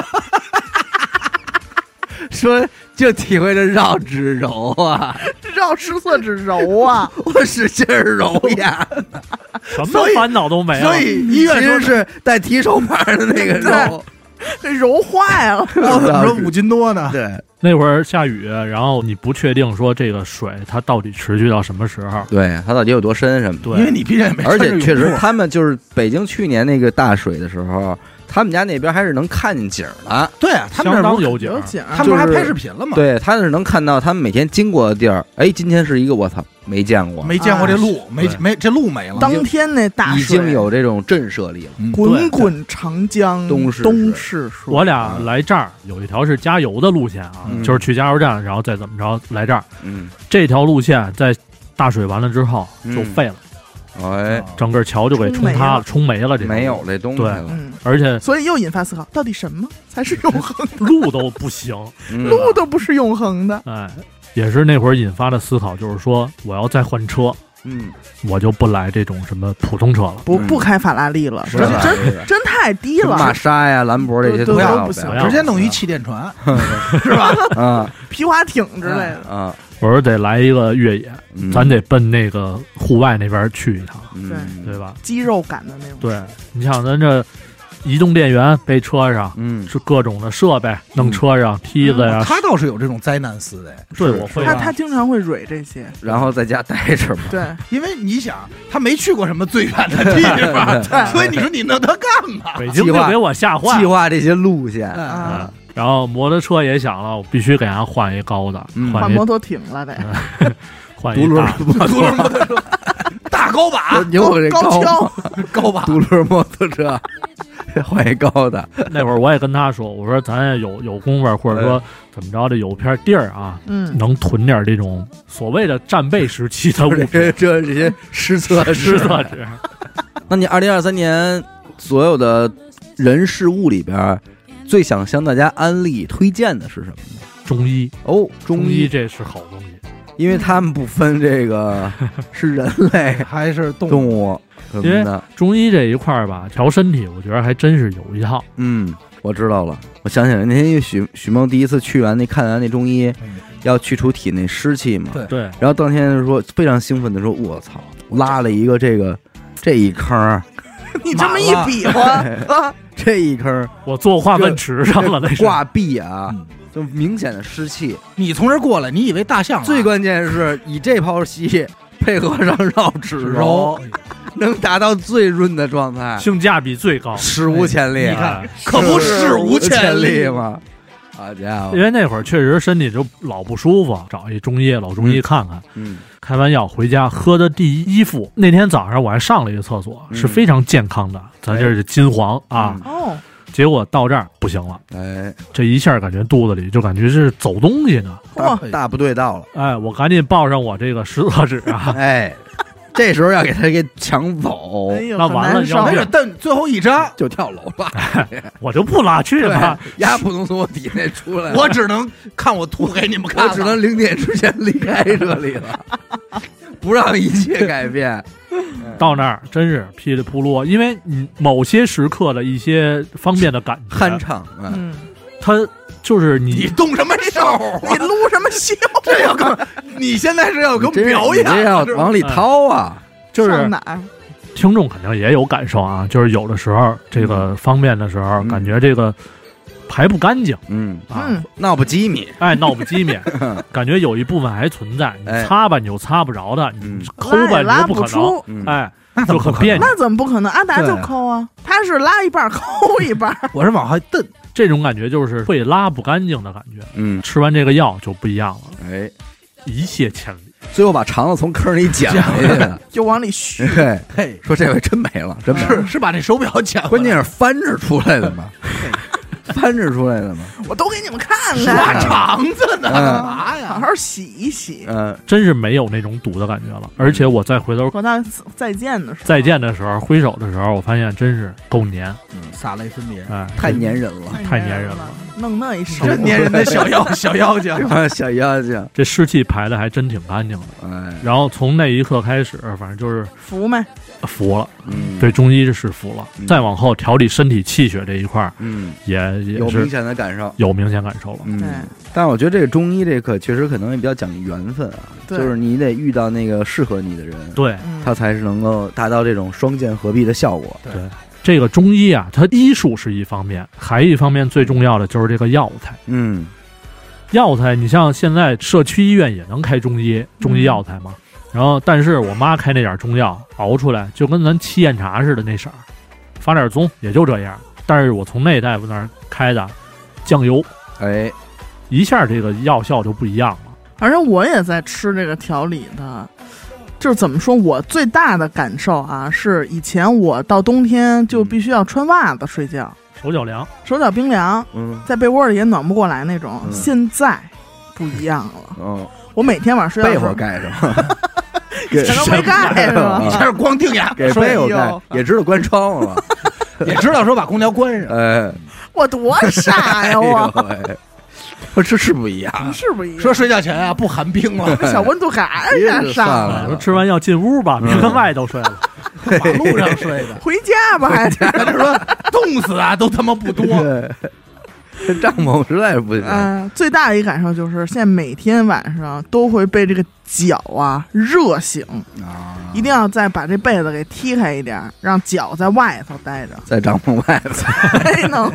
Speaker 1: 说就体会着绕指揉啊，
Speaker 3: 绕失色指揉啊，
Speaker 1: 我使劲揉呀，
Speaker 4: 什么烦恼都没有。
Speaker 2: 所以医院
Speaker 1: 其实是带提手牌的那个揉。
Speaker 3: 给揉坏了。
Speaker 2: 我怎么说五斤多呢？
Speaker 1: 对，
Speaker 4: 那会儿下雨，然后你不确定说这个水它到底持续到什么时候，
Speaker 1: 对，它到底有多深什么的。
Speaker 4: 对，
Speaker 2: 因为你毕竟也没穿
Speaker 1: 而且确实，
Speaker 2: 着泳裤
Speaker 1: 他们就是北京去年那个大水的时候，他们家那边还是能看见景儿的。
Speaker 2: 对啊，他们
Speaker 4: 相
Speaker 2: 那不是
Speaker 4: 当有景儿。
Speaker 3: 有景儿，
Speaker 2: 他们不是还拍视频了吗？，
Speaker 1: 对，他是能看到他们每天经过的地儿。哎，今天是一个我操没见过，
Speaker 2: 没见过这路，没
Speaker 4: 对
Speaker 2: 没这路没了。
Speaker 3: 当天那大
Speaker 1: 已
Speaker 3: 水
Speaker 1: 经有这种震慑力了。
Speaker 2: 嗯
Speaker 3: 滚滚长江
Speaker 1: 东逝水
Speaker 3: 东逝水。
Speaker 4: 我俩来这儿有一条是加油的路线啊，
Speaker 1: 嗯
Speaker 4: 就是去加油站，然后再怎么着来这儿。
Speaker 1: 嗯，
Speaker 4: 这条路线在大水完了之后就废了，
Speaker 1: 哎，
Speaker 4: 整个桥就给冲塌了，冲没了。这条路
Speaker 1: 没有这东西了。
Speaker 3: 嗯，
Speaker 4: 而且
Speaker 3: 所以又引发思考，到底什么才是永恒的？
Speaker 4: 路都不行。
Speaker 1: 嗯
Speaker 3: 路都不是永恒的。
Speaker 4: 哎，也是那会儿引发的思考，就是说我要再换车，
Speaker 1: 嗯，
Speaker 4: 我就不来这种什么普通车了。
Speaker 3: 不
Speaker 1: 嗯
Speaker 3: 不开法拉利了，
Speaker 1: 是
Speaker 3: 真真
Speaker 1: 吧是
Speaker 3: 真太低
Speaker 1: 什么玛
Speaker 3: 了，
Speaker 1: 莎呀、兰博这些
Speaker 3: 对对
Speaker 1: 都要
Speaker 3: 都不行
Speaker 4: 不要
Speaker 2: 直接弄一气垫船，是吧？
Speaker 1: 啊
Speaker 3: 皮划艇之类的。
Speaker 1: 啊，
Speaker 4: 我说得来一个越野，
Speaker 1: 嗯
Speaker 4: 咱得奔那个户外那边去一趟，
Speaker 1: 嗯
Speaker 4: 对吧？
Speaker 3: 肌肉感的那种。
Speaker 4: 对，你想咱这移动电源背车上，
Speaker 1: 嗯，
Speaker 4: 是各种的设备弄车上，梯子呀，
Speaker 2: 他倒是有这种灾难思维。
Speaker 4: 对，
Speaker 1: 是
Speaker 4: 我会
Speaker 3: 他他经常会蕊这些，
Speaker 1: 然后在家待着嘛。
Speaker 3: 对，
Speaker 2: 因为你想，他没去过什么最远的地方，所以你说你弄他干嘛？
Speaker 4: 北京
Speaker 1: 计划
Speaker 4: 就给我吓坏了。
Speaker 1: 计划这些路线，
Speaker 2: 哎
Speaker 3: 啊
Speaker 4: 嗯，然后摩托车也想了，我必须给人换一高的，
Speaker 1: 嗯
Speaker 4: 换一
Speaker 3: 换摩托艇了得，
Speaker 1: 独轮
Speaker 4: 换一大。
Speaker 2: 独轮摩托车，大高把，
Speaker 1: 有这高
Speaker 3: 高跷，
Speaker 2: 高把，
Speaker 1: 独轮摩托车，换一高的。
Speaker 4: 那会儿我也跟他说，我说咱也有有功夫，或者说怎么着的，有片地儿啊，
Speaker 3: 嗯，
Speaker 4: 能囤点这种所谓的战备时期的物
Speaker 1: 这
Speaker 4: 品。
Speaker 1: 这这些失策
Speaker 4: 失策值，
Speaker 1: 那你二零二三年所有的人事物里边，最想向大家安利推荐的是什么呢？
Speaker 4: 中医，
Speaker 1: 哦，中医，
Speaker 4: 中医这是好东西。
Speaker 1: 因为他们不分这个是人类
Speaker 2: 还是动
Speaker 1: 动物什么的。
Speaker 4: 中医这一块儿吧，调身体，我觉得还真是有一套。
Speaker 1: 嗯，我知道了。我想起来那天许许梦第一次去完那看完那中医，要去除体内湿气嘛。
Speaker 2: 对
Speaker 4: 对，
Speaker 1: 然后当天就说非常兴奋的说：“我操，拉了一个这个这一坑，
Speaker 3: 你这么一比划啊，
Speaker 1: 这一坑
Speaker 4: 我坐化粪池上了，那是
Speaker 1: 挂壁啊，
Speaker 2: 嗯
Speaker 1: 就明显的湿气。
Speaker 2: 你从这儿过来，你以为大象来
Speaker 1: 最关键是以这泡稀配合上绕指
Speaker 2: 揉
Speaker 1: 揉，，能达到最润的状态，
Speaker 4: 性价比最高。
Speaker 1: 史无前例。
Speaker 2: 你看
Speaker 4: 哎
Speaker 2: 可不史无前
Speaker 1: 例
Speaker 2: 例？
Speaker 1: 吗？好家伙
Speaker 4: 因，为那会儿确实身体就老不舒服，找一中医老中医看看，
Speaker 1: 嗯
Speaker 4: 开完药回家喝的第一副。那天早上我还上了一个厕所，
Speaker 1: 嗯
Speaker 4: 是非常健康的，咱这是金黄啊。
Speaker 3: 哦，
Speaker 4: 结果到这儿不行了，
Speaker 1: 哎，
Speaker 4: 这一下感觉肚子里就感觉是走东西呢。
Speaker 1: 大
Speaker 3: 哇
Speaker 1: 大不对道了。
Speaker 4: 哎，我赶紧报上我这个实测纸啊，
Speaker 1: 哎，这时候要给他给抢走
Speaker 3: 哎，呦，
Speaker 4: 那完了
Speaker 3: 很难受
Speaker 4: 要不
Speaker 2: 没准蹬最后一张，
Speaker 1: 就跳楼了。
Speaker 4: 我就不拉去
Speaker 1: 对
Speaker 4: 了。，
Speaker 1: 丫不能从我体内出来，
Speaker 2: 我只能看我吐给你们看了，
Speaker 1: 我只能零点之前离开这里了，不让一切改变。
Speaker 4: 到那儿真是噼里扑噜，因为你某些时刻的一些方面的感觉，
Speaker 1: 酣畅，嗯，
Speaker 3: 嗯，
Speaker 4: 它就是
Speaker 2: 你
Speaker 4: 你
Speaker 2: 动什么手
Speaker 3: 你
Speaker 2: 啊？
Speaker 3: 撸什么袖？
Speaker 2: 这要干嘛？你现在是要给我们表演
Speaker 1: 你这要
Speaker 2: 是吧
Speaker 1: 往里掏啊！
Speaker 4: 就是
Speaker 3: 上哪儿？
Speaker 4: 听众肯定也有感受啊，就是有的时候这个方面的时候，
Speaker 1: 嗯
Speaker 4: 感觉这个排不干净
Speaker 1: 嗯，
Speaker 4: 啊，
Speaker 3: 嗯，
Speaker 1: 闹不机密，
Speaker 4: 哎，闹不机密，感觉有一部分还存在，你
Speaker 1: 哎
Speaker 4: 擦吧你就擦不着的，
Speaker 1: 嗯
Speaker 4: 你抠吧
Speaker 3: 拉也拉
Speaker 4: 你就不可能，
Speaker 3: 出，
Speaker 1: 嗯，
Speaker 4: 哎，
Speaker 2: 那怎么不可能
Speaker 4: 就很别扭。
Speaker 3: 那怎么不可能？阿达就
Speaker 2: 对
Speaker 3: 抠啊，他是拉一半抠一半。
Speaker 2: 我是往下蹬，
Speaker 4: 这种感觉就是会拉不干净的感觉。
Speaker 1: 嗯，
Speaker 4: 吃完这个药就不一样了，
Speaker 1: 哎，
Speaker 4: 一泻千里。
Speaker 1: 最后把肠子从坑里捡回去了，
Speaker 3: 就往里续。
Speaker 1: 嘿，
Speaker 2: 嘿，
Speaker 1: 说这回真没了，真没了，
Speaker 2: 是是把这手表捡回来，
Speaker 1: 关键是翻着出来的嘛，翻着出来的嘛，
Speaker 3: 我都给你们看
Speaker 2: 拉
Speaker 3: 看，
Speaker 2: 肠子呢，
Speaker 1: 嗯
Speaker 2: 干嘛呀？
Speaker 3: 好好洗一洗。
Speaker 1: 嗯，
Speaker 4: 真是没有那种堵的感觉了，而且我再回头
Speaker 3: 和他再见的时候，
Speaker 4: 再见的时候挥手的时候，我发现真是够黏，
Speaker 2: 洒泪分别，
Speaker 4: 哎，
Speaker 1: 太粘人了，
Speaker 4: 太粘人了
Speaker 3: 了，弄那一手，
Speaker 2: 这粘人的小妖小妖精，
Speaker 1: 小妖精，
Speaker 4: 这湿气排的还真挺干净的。
Speaker 1: 哎，
Speaker 4: 然后从那一刻开始，反正就是
Speaker 3: 服没？
Speaker 4: 服了，
Speaker 1: 嗯，
Speaker 4: 对中医是服了。
Speaker 1: 嗯
Speaker 4: 再往后调理身体气血这一块儿，
Speaker 1: 嗯，
Speaker 4: 也也
Speaker 1: 有明
Speaker 4: 是
Speaker 1: 显的感受，
Speaker 4: 有明显感受了。
Speaker 1: 嗯
Speaker 3: 对，
Speaker 1: 但是我觉得这个中医这课确实可能也比较讲缘分啊，
Speaker 3: 对
Speaker 1: 就是你得遇到那个适合你的人，
Speaker 4: 对，
Speaker 3: 嗯
Speaker 1: 他才是能够达到这种双剑合璧的效果。
Speaker 2: 对
Speaker 4: 对， 这个中医啊，它医术是一方面，还一方面最重要的就是这个药材。
Speaker 1: 嗯，
Speaker 4: 药材，你像现在社区医院也能开中医中医药材嘛。然后，但是我妈开那点中药熬出来，就跟咱沏酽茶似的那色儿，发点棕，也就这样。但是我从那大夫那儿开的酱油，
Speaker 1: 哎，
Speaker 4: 一下这个药效就不一样了。
Speaker 3: 而且我也在吃这个调理的，就是怎么说，我最大的感受啊，是以前我到冬天就必须要穿袜子睡觉，
Speaker 4: 手脚凉，
Speaker 3: 手脚冰凉，
Speaker 1: 嗯，
Speaker 3: 在被窝里也暖不过来那种。
Speaker 1: 嗯、
Speaker 3: 现在不一样了，
Speaker 1: 嗯，
Speaker 3: 我每天晚上睡觉
Speaker 1: 被窝盖上。
Speaker 3: 全都没盖是吧？
Speaker 2: 你这是光腚眼，
Speaker 1: 给被窝盖，也知道关窗户了，
Speaker 2: 也知道说把空调关上。
Speaker 1: 哎，
Speaker 3: 我多傻呀！我，
Speaker 1: 我这是不一样，
Speaker 3: 是不一样。
Speaker 2: 说睡觉前啊不含冰了，
Speaker 3: 小温度还是上
Speaker 1: 了。
Speaker 4: 说吃完药进屋吧，别跟外头睡了，
Speaker 2: 马路上睡的。
Speaker 3: 回家吧，还
Speaker 2: 他就说冻死啊，都他妈不多。
Speaker 1: 这帐篷实在是不行。
Speaker 3: 嗯、呃，最大的一个感受就是，现在每天晚上都会被这个脚啊热醒啊，一定要再把这被子给踢开一点，让脚在外头待着，
Speaker 1: 在帐篷外头
Speaker 3: 才能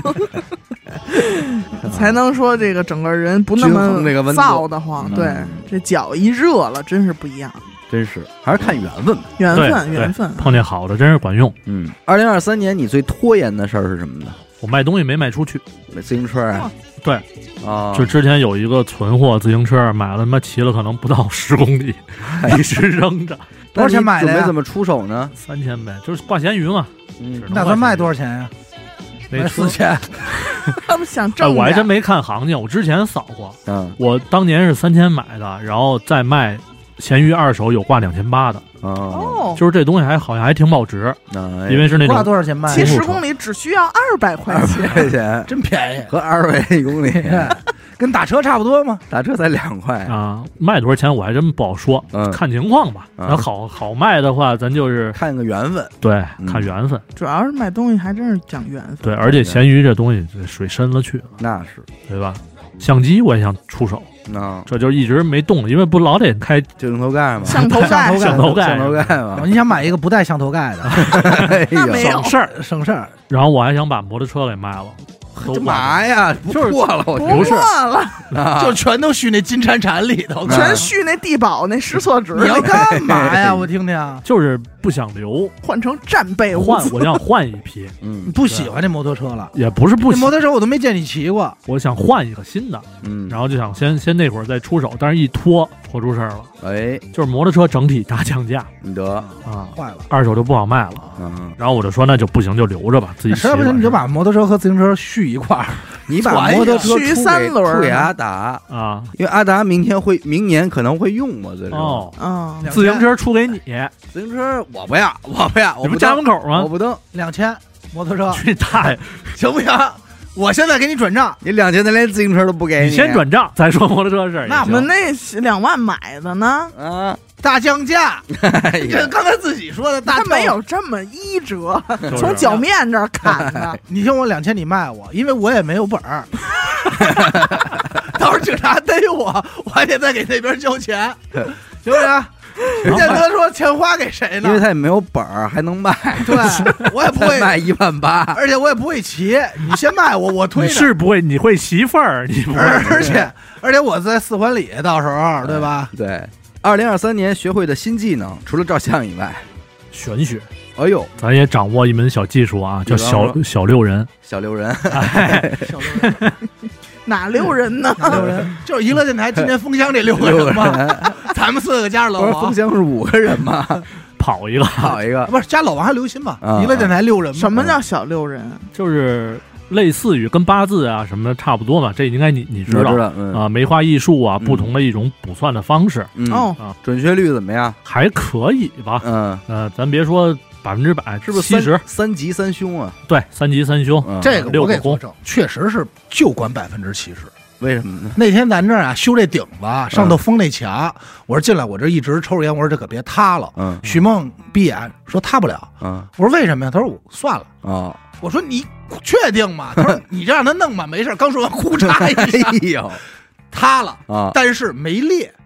Speaker 3: 才能说这个整个人不那么燥得慌。对，嗯、这脚一热了，真是不一样。
Speaker 1: 真是，还是看缘分吧。
Speaker 3: 缘分，缘分，
Speaker 4: 碰见好的真是管用。
Speaker 1: 嗯，二零二三年你最拖延的事儿是什么呢？
Speaker 4: 我卖东西没卖出去，
Speaker 1: 买自行车啊？
Speaker 4: 对，
Speaker 1: 啊，
Speaker 4: 就之前有一个存货自行车，买了他妈骑了可能不到十公里，一直扔着。
Speaker 2: 多少钱买的呀？
Speaker 1: 准备怎么出手呢？
Speaker 4: 三千呗，就是挂闲鱼嘛。
Speaker 1: 嗯，
Speaker 2: 那咱卖多少钱呀？
Speaker 4: 没
Speaker 2: 四千。
Speaker 3: 他们想挣、
Speaker 4: 哎，我还真没看行情，我之前扫过。
Speaker 1: 嗯，
Speaker 4: 我当年是三千买的，然后再卖。闲鱼二手有挂两千八的
Speaker 1: 哦，
Speaker 4: 就是这东西还好像还挺保值，
Speaker 1: 哦、
Speaker 4: 因为是那种
Speaker 2: 挂多少钱卖？
Speaker 3: 骑十公里只需要二百块钱，
Speaker 1: 块钱
Speaker 2: 真便宜，
Speaker 1: 和二百一公里，
Speaker 2: 跟打车差不多吗？
Speaker 1: 打车才两块
Speaker 4: 啊，卖多少钱我还真不好说，
Speaker 1: 嗯、
Speaker 4: 看情况吧。那、嗯、好好卖的话，咱就是
Speaker 1: 看个缘分，
Speaker 4: 对，看缘分。
Speaker 3: 主要是卖东西还真是讲缘分，
Speaker 4: 对，而且闲鱼这东西水深了去了，
Speaker 1: 那是
Speaker 4: 对吧？相机我也想出手。
Speaker 1: 啊，
Speaker 4: 这就一直没动，因为不老得开
Speaker 1: 镜头盖吗？
Speaker 3: 相头盖，
Speaker 4: 相头盖，
Speaker 1: 相头盖嘛。
Speaker 2: 你想买一个不带相头盖的，
Speaker 1: 哎呦，
Speaker 4: 省事儿，
Speaker 2: 省事儿。
Speaker 4: 然后我还想把摩托车给卖了，
Speaker 1: 干嘛呀？不过了，我
Speaker 3: 不过了，
Speaker 2: 就全都续那金铲铲里头，
Speaker 3: 全续那地保那失错纸。
Speaker 2: 你要干嘛呀？我听听，
Speaker 4: 就是不想留，
Speaker 3: 换成战备物，
Speaker 4: 换我想换一批。
Speaker 2: 嗯，不喜欢这摩托车了，
Speaker 4: 也不是不喜欢
Speaker 2: 摩托车，我都没见你骑过。
Speaker 4: 我想换一个新的，
Speaker 1: 嗯，
Speaker 4: 然后就想先先那会儿再出手，但是一拖拖出事儿了。
Speaker 1: 哎，
Speaker 4: 就是摩托车整体大降价，
Speaker 1: 你得
Speaker 2: 啊，坏了，
Speaker 4: 二手就不好卖了。
Speaker 1: 嗯，
Speaker 4: 然后我就说那就不行，就留着吧，自己骑。
Speaker 2: 实在不行你就把摩托车和自行车续一块儿，
Speaker 1: 你把摩托车
Speaker 3: 续三轮
Speaker 1: 出给阿达
Speaker 4: 啊，
Speaker 1: 因为阿达明天会明年可能会用嘛，最终
Speaker 4: 哦，
Speaker 3: 嗯，
Speaker 4: 自行车出给你，
Speaker 1: 自行车我不要，我不要，我
Speaker 4: 不家门口吗？
Speaker 1: 我不蹬，
Speaker 2: 两千摩托车，
Speaker 4: 去大爷，
Speaker 2: 行不行？我现在给你转账，
Speaker 1: 你两千，咱连自行车都不给
Speaker 4: 你，你先转账再说摩托车事儿。
Speaker 3: 那我们那两万买的呢？
Speaker 1: 啊，
Speaker 2: 大降价！这刚才自己说的，
Speaker 3: 他没有这么一折，从脚面这儿砍的。
Speaker 2: 你听我两千，你卖我，因为我也没有本儿。到时候警察逮我，我还得再给那边交钱，行不行？不见得说钱花给谁呢，
Speaker 1: 因为他也没有本儿，还能卖。
Speaker 2: 对，我也不会
Speaker 1: 卖一万八，
Speaker 2: 而且我也不会骑。你先卖我，我推。
Speaker 4: 你是不会，你会媳妇儿，你不会。
Speaker 2: 而且而且我在四环里，到时候对吧？
Speaker 1: 对。二零二三年学会的新技能，除了照相以外，
Speaker 4: 玄学。
Speaker 1: 哎呦，
Speaker 4: 咱也掌握一门小技术啊，叫小小六人。
Speaker 1: 小六人，
Speaker 2: 哎、小六人。
Speaker 3: 哪六人呢？
Speaker 2: 六人就是娱乐电台今天封箱这六个人嘛，咱们四个加上老王，
Speaker 1: 封箱是五个人嘛，
Speaker 4: 跑一个
Speaker 1: 跑一个，
Speaker 2: 不是加老王还刘鑫嘛？
Speaker 1: 啊、
Speaker 2: 娱乐电台六人嘛，
Speaker 3: 什么叫小六人？
Speaker 4: 就是类似于跟八字啊什么的差不多嘛，这应该你你知道啊、
Speaker 1: 嗯
Speaker 4: 呃，梅花易数啊，不同的一种卜算的方式。
Speaker 1: 嗯、
Speaker 3: 哦
Speaker 1: 啊，准确率怎么样？
Speaker 4: 还可以吧。
Speaker 1: 嗯
Speaker 4: 呃，咱别说。百分之百是不是？七十
Speaker 1: 三吉三凶啊？
Speaker 4: 对，三吉三凶，
Speaker 1: 嗯、
Speaker 2: 这个
Speaker 4: 六个
Speaker 2: 宫，确实是就管百分之七十。
Speaker 1: 为什么呢？
Speaker 2: 那天咱这儿啊修这顶子，上头封那墙，嗯、我说进来，我这一直抽着烟，我说这可别塌了。
Speaker 1: 嗯，
Speaker 2: 许梦闭眼说塌不了。
Speaker 1: 嗯，
Speaker 2: 我说为什么呀？他说我算了。
Speaker 1: 啊、哦，
Speaker 2: 我说你确定吗？他说你就让他弄吧，没事。刚说完，呼嚓一下，
Speaker 1: 哎呦，
Speaker 2: 塌了
Speaker 1: 啊！
Speaker 2: 但是没裂。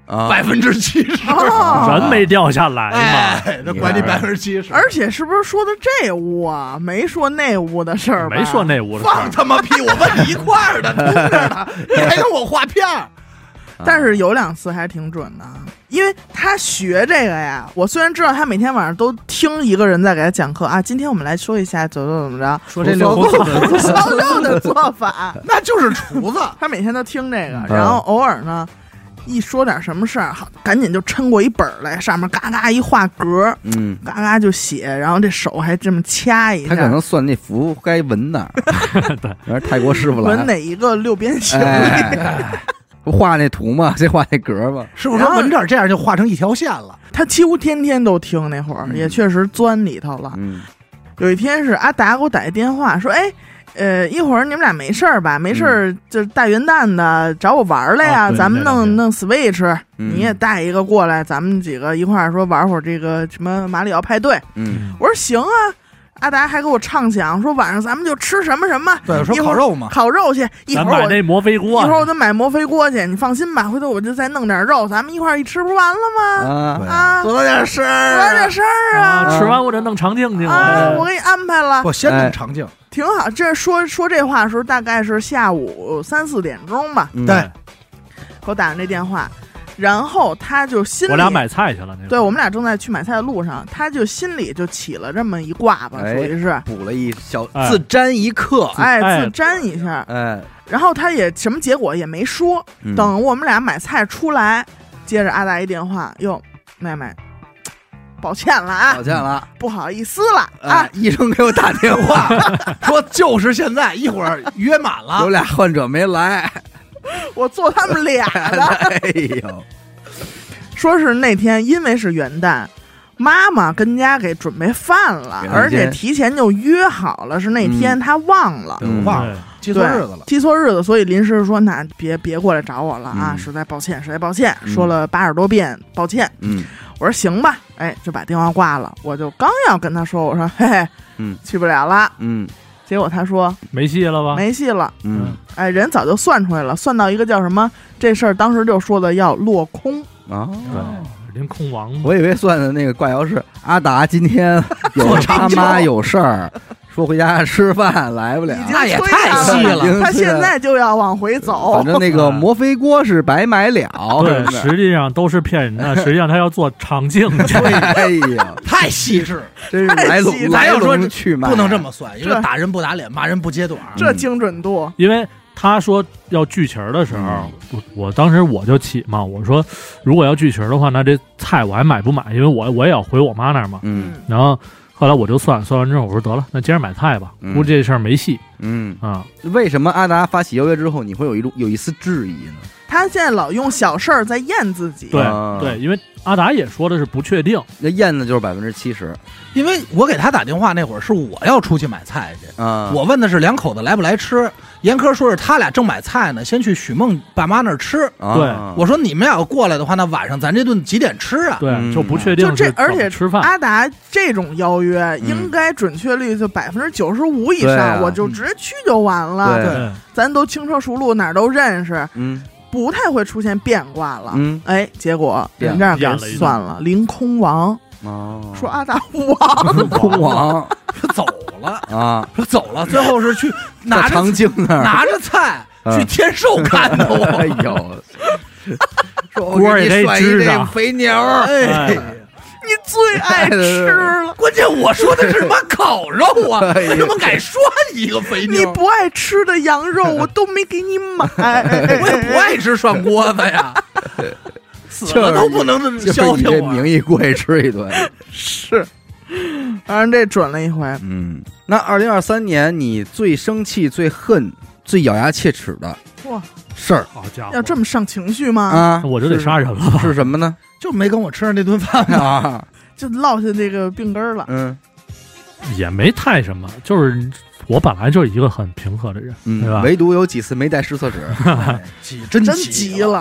Speaker 2: 百分之七十，
Speaker 4: 人没掉下来嘛，
Speaker 2: 哎，那管你百分之七十。
Speaker 3: 而且是不是说的这屋啊？没说那屋的事儿吧？
Speaker 4: 没说那屋的事儿。
Speaker 2: 放他妈屁！我问你一块儿的，通着的，你还跟我画片儿？
Speaker 3: 但是有两次还挺准的，因为他学这个呀，我虽然知道他每天晚上都听一个人在给他讲课啊，今天我们来说一下怎么怎么着，
Speaker 2: 说这六
Speaker 3: 不烧肉的做法，
Speaker 2: 那就是厨子，
Speaker 3: 他每天都听这个，然后偶尔呢。一说点什么事儿，好，赶紧就抻过一本来，上面嘎嘎一画格，嗯，嘎嘎就写，然后这手还这么掐一下。
Speaker 1: 他可能算那符该纹哪儿，对，然后泰国师傅来
Speaker 3: 纹哪一个六边形？
Speaker 1: 哎、不画那图吗？这画那格吗？
Speaker 2: 师傅说纹这儿，这样就画成一条线了。
Speaker 3: 他几乎天天都听，那会儿、嗯、也确实钻里头了。嗯，有一天是阿达给我打一电话说，哎。呃，一会儿你们俩没事儿吧？没事儿，嗯、就大元旦的找我玩来呀、啊，咱们弄弄 Switch，、嗯、你也带一个过来，咱们几个一块儿说玩会儿这个什么马里奥派对。嗯，我说行啊。阿达还给我畅想说晚上咱们就吃什么什么，
Speaker 2: 对，说烤肉嘛，
Speaker 3: 烤肉去。一会儿我
Speaker 4: 买那摩飞锅，
Speaker 3: 一会儿我就买摩飞锅去。你放心吧，回头我就再弄点肉，咱们一块儿一吃不完了吗？
Speaker 1: 啊
Speaker 3: 啊，
Speaker 2: 多点事儿，
Speaker 3: 多点事儿啊！
Speaker 4: 啊吃完我就弄长镜去
Speaker 3: 啊，我给你安排了。
Speaker 2: 我先弄长镜，
Speaker 3: 挺好。这说说这话的时候，大概是下午三四点钟吧。
Speaker 1: 嗯、
Speaker 2: 对，
Speaker 3: 给我打的那电话。然后他就心里，
Speaker 4: 我俩买菜去了，那
Speaker 3: 对我们俩正在去买菜的路上，他就心里就起了这么一卦吧，属于是
Speaker 1: 补了一小自沾一刻，
Speaker 3: 哎，自沾一下，
Speaker 1: 哎，
Speaker 3: 然后他也什么结果也没说，等我们俩买菜出来，接着阿达一电话，哟，妹妹，抱歉了啊，
Speaker 1: 抱歉了，
Speaker 3: 不好意思了啊，
Speaker 1: 医生给我打电话
Speaker 2: 说就是现在，一会儿约满了，
Speaker 1: 有俩患者没来。
Speaker 3: 我做他们俩的，
Speaker 1: 哎呦，
Speaker 3: 说是那天因为是元旦，妈妈跟家给准备饭了，而且提前就约好了，是那天他忘了，
Speaker 1: 嗯、
Speaker 2: 忘了，记错日子了，
Speaker 3: 记错日子，所以临时说那别别过来找我了啊，嗯、实在抱歉，实在抱歉，嗯、说了八十多遍抱歉，
Speaker 1: 嗯，
Speaker 3: 我说行吧，哎，就把电话挂了，我就刚要跟他说，我说嘿嘿，
Speaker 1: 嗯，
Speaker 3: 去不了了，
Speaker 1: 嗯。
Speaker 3: 结果他说
Speaker 4: 没戏了吧？
Speaker 3: 没戏了。
Speaker 1: 嗯，
Speaker 3: 哎，人早就算出来了，算到一个叫什么？这事儿当时就说的要落空
Speaker 1: 啊，
Speaker 4: 对，临空亡。
Speaker 1: 我以为算的那个卦爻是阿达今天有他妈有事儿，说回家吃饭来不了，
Speaker 2: 那也太细了。
Speaker 3: 他现在就要往回走。
Speaker 1: 反正那个摩飞锅是白买了，
Speaker 4: 对，实际上都是骗人的。实际上他要做长镜去。
Speaker 1: 哎呀，
Speaker 2: 太细致。
Speaker 1: 真是来龙来龙去脉，
Speaker 2: 不能这么算，因为打人不打脸，骂人不揭短，
Speaker 3: 这精准度。
Speaker 4: 因为他说要聚齐的时候，嗯、我我当时我就起嘛，我说如果要聚齐的话，那这菜我还买不买？因为我我也要回我妈那儿嘛。
Speaker 1: 嗯，
Speaker 4: 然后后来我就算算完之后，我说得了，那接着买菜吧，估计这事儿没戏。
Speaker 1: 嗯
Speaker 4: 啊，
Speaker 1: 为什么阿达发起邀约之后，你会有一种有一丝质疑呢？
Speaker 3: 他现在老用小事儿在验自己。
Speaker 4: 对、
Speaker 1: 啊、
Speaker 4: 对，因为阿达也说的是不确定，
Speaker 1: 那验的就是百分之七十。
Speaker 2: 因为我给他打电话那会儿是我要出去买菜去
Speaker 1: 啊，
Speaker 2: 我问的是两口子来不来吃，严科说是他俩正买菜呢，先去许梦爸妈那儿吃。
Speaker 1: 啊、
Speaker 4: 对，
Speaker 2: 我说你们要过来的话，那晚上咱这顿几点吃啊？
Speaker 4: 对，嗯、就不确定。
Speaker 3: 就这，而且
Speaker 4: 吃饭，
Speaker 3: 阿达这种邀约应该准确率就百分之九十五以上，
Speaker 1: 嗯、
Speaker 3: 我就直接去就完了。
Speaker 1: 对，
Speaker 3: 咱都轻车熟路，哪儿都认识。
Speaker 1: 嗯。
Speaker 3: 不太会出现变卦了，
Speaker 1: 嗯，
Speaker 3: 哎，结果人这样给算了，凌空亡，
Speaker 1: 哦，
Speaker 3: 说阿达亡，
Speaker 1: 空亡，
Speaker 2: 说走了
Speaker 1: 啊，
Speaker 2: 说走了，最后是去拿着
Speaker 1: 长镜那儿
Speaker 2: 拿着菜去天寿看的我，
Speaker 1: 哎呦，
Speaker 2: 说
Speaker 4: 锅儿也得支上
Speaker 2: 肥牛，哎。
Speaker 3: 你最爱吃了，
Speaker 2: 关键我说的是什么烤肉啊？我怎么敢说你一个肥妞？
Speaker 3: 你不爱吃的羊肉我都没给你买，
Speaker 2: 我也不爱吃涮锅子呀，死了都不能消停我。
Speaker 1: 名义过去吃一顿，
Speaker 3: 是，反正这准了一回。
Speaker 1: 嗯，那二零二三年你最生气、最恨、最咬牙切齿的
Speaker 3: 哇
Speaker 1: 事儿，
Speaker 4: 好家伙，
Speaker 3: 要这么上情绪吗？
Speaker 1: 啊，
Speaker 4: 我就得杀人了。
Speaker 1: 是什么呢？
Speaker 2: 就没跟我吃上那顿饭
Speaker 1: 啊，
Speaker 3: 就落下这个病根了。
Speaker 1: 嗯，
Speaker 4: 也没太什么，就是我本来就是一个很平和的人，
Speaker 1: 嗯、
Speaker 4: 对吧？
Speaker 1: 唯独有几次没带湿厕纸，
Speaker 2: 急真
Speaker 3: 真
Speaker 2: 急
Speaker 3: 急了。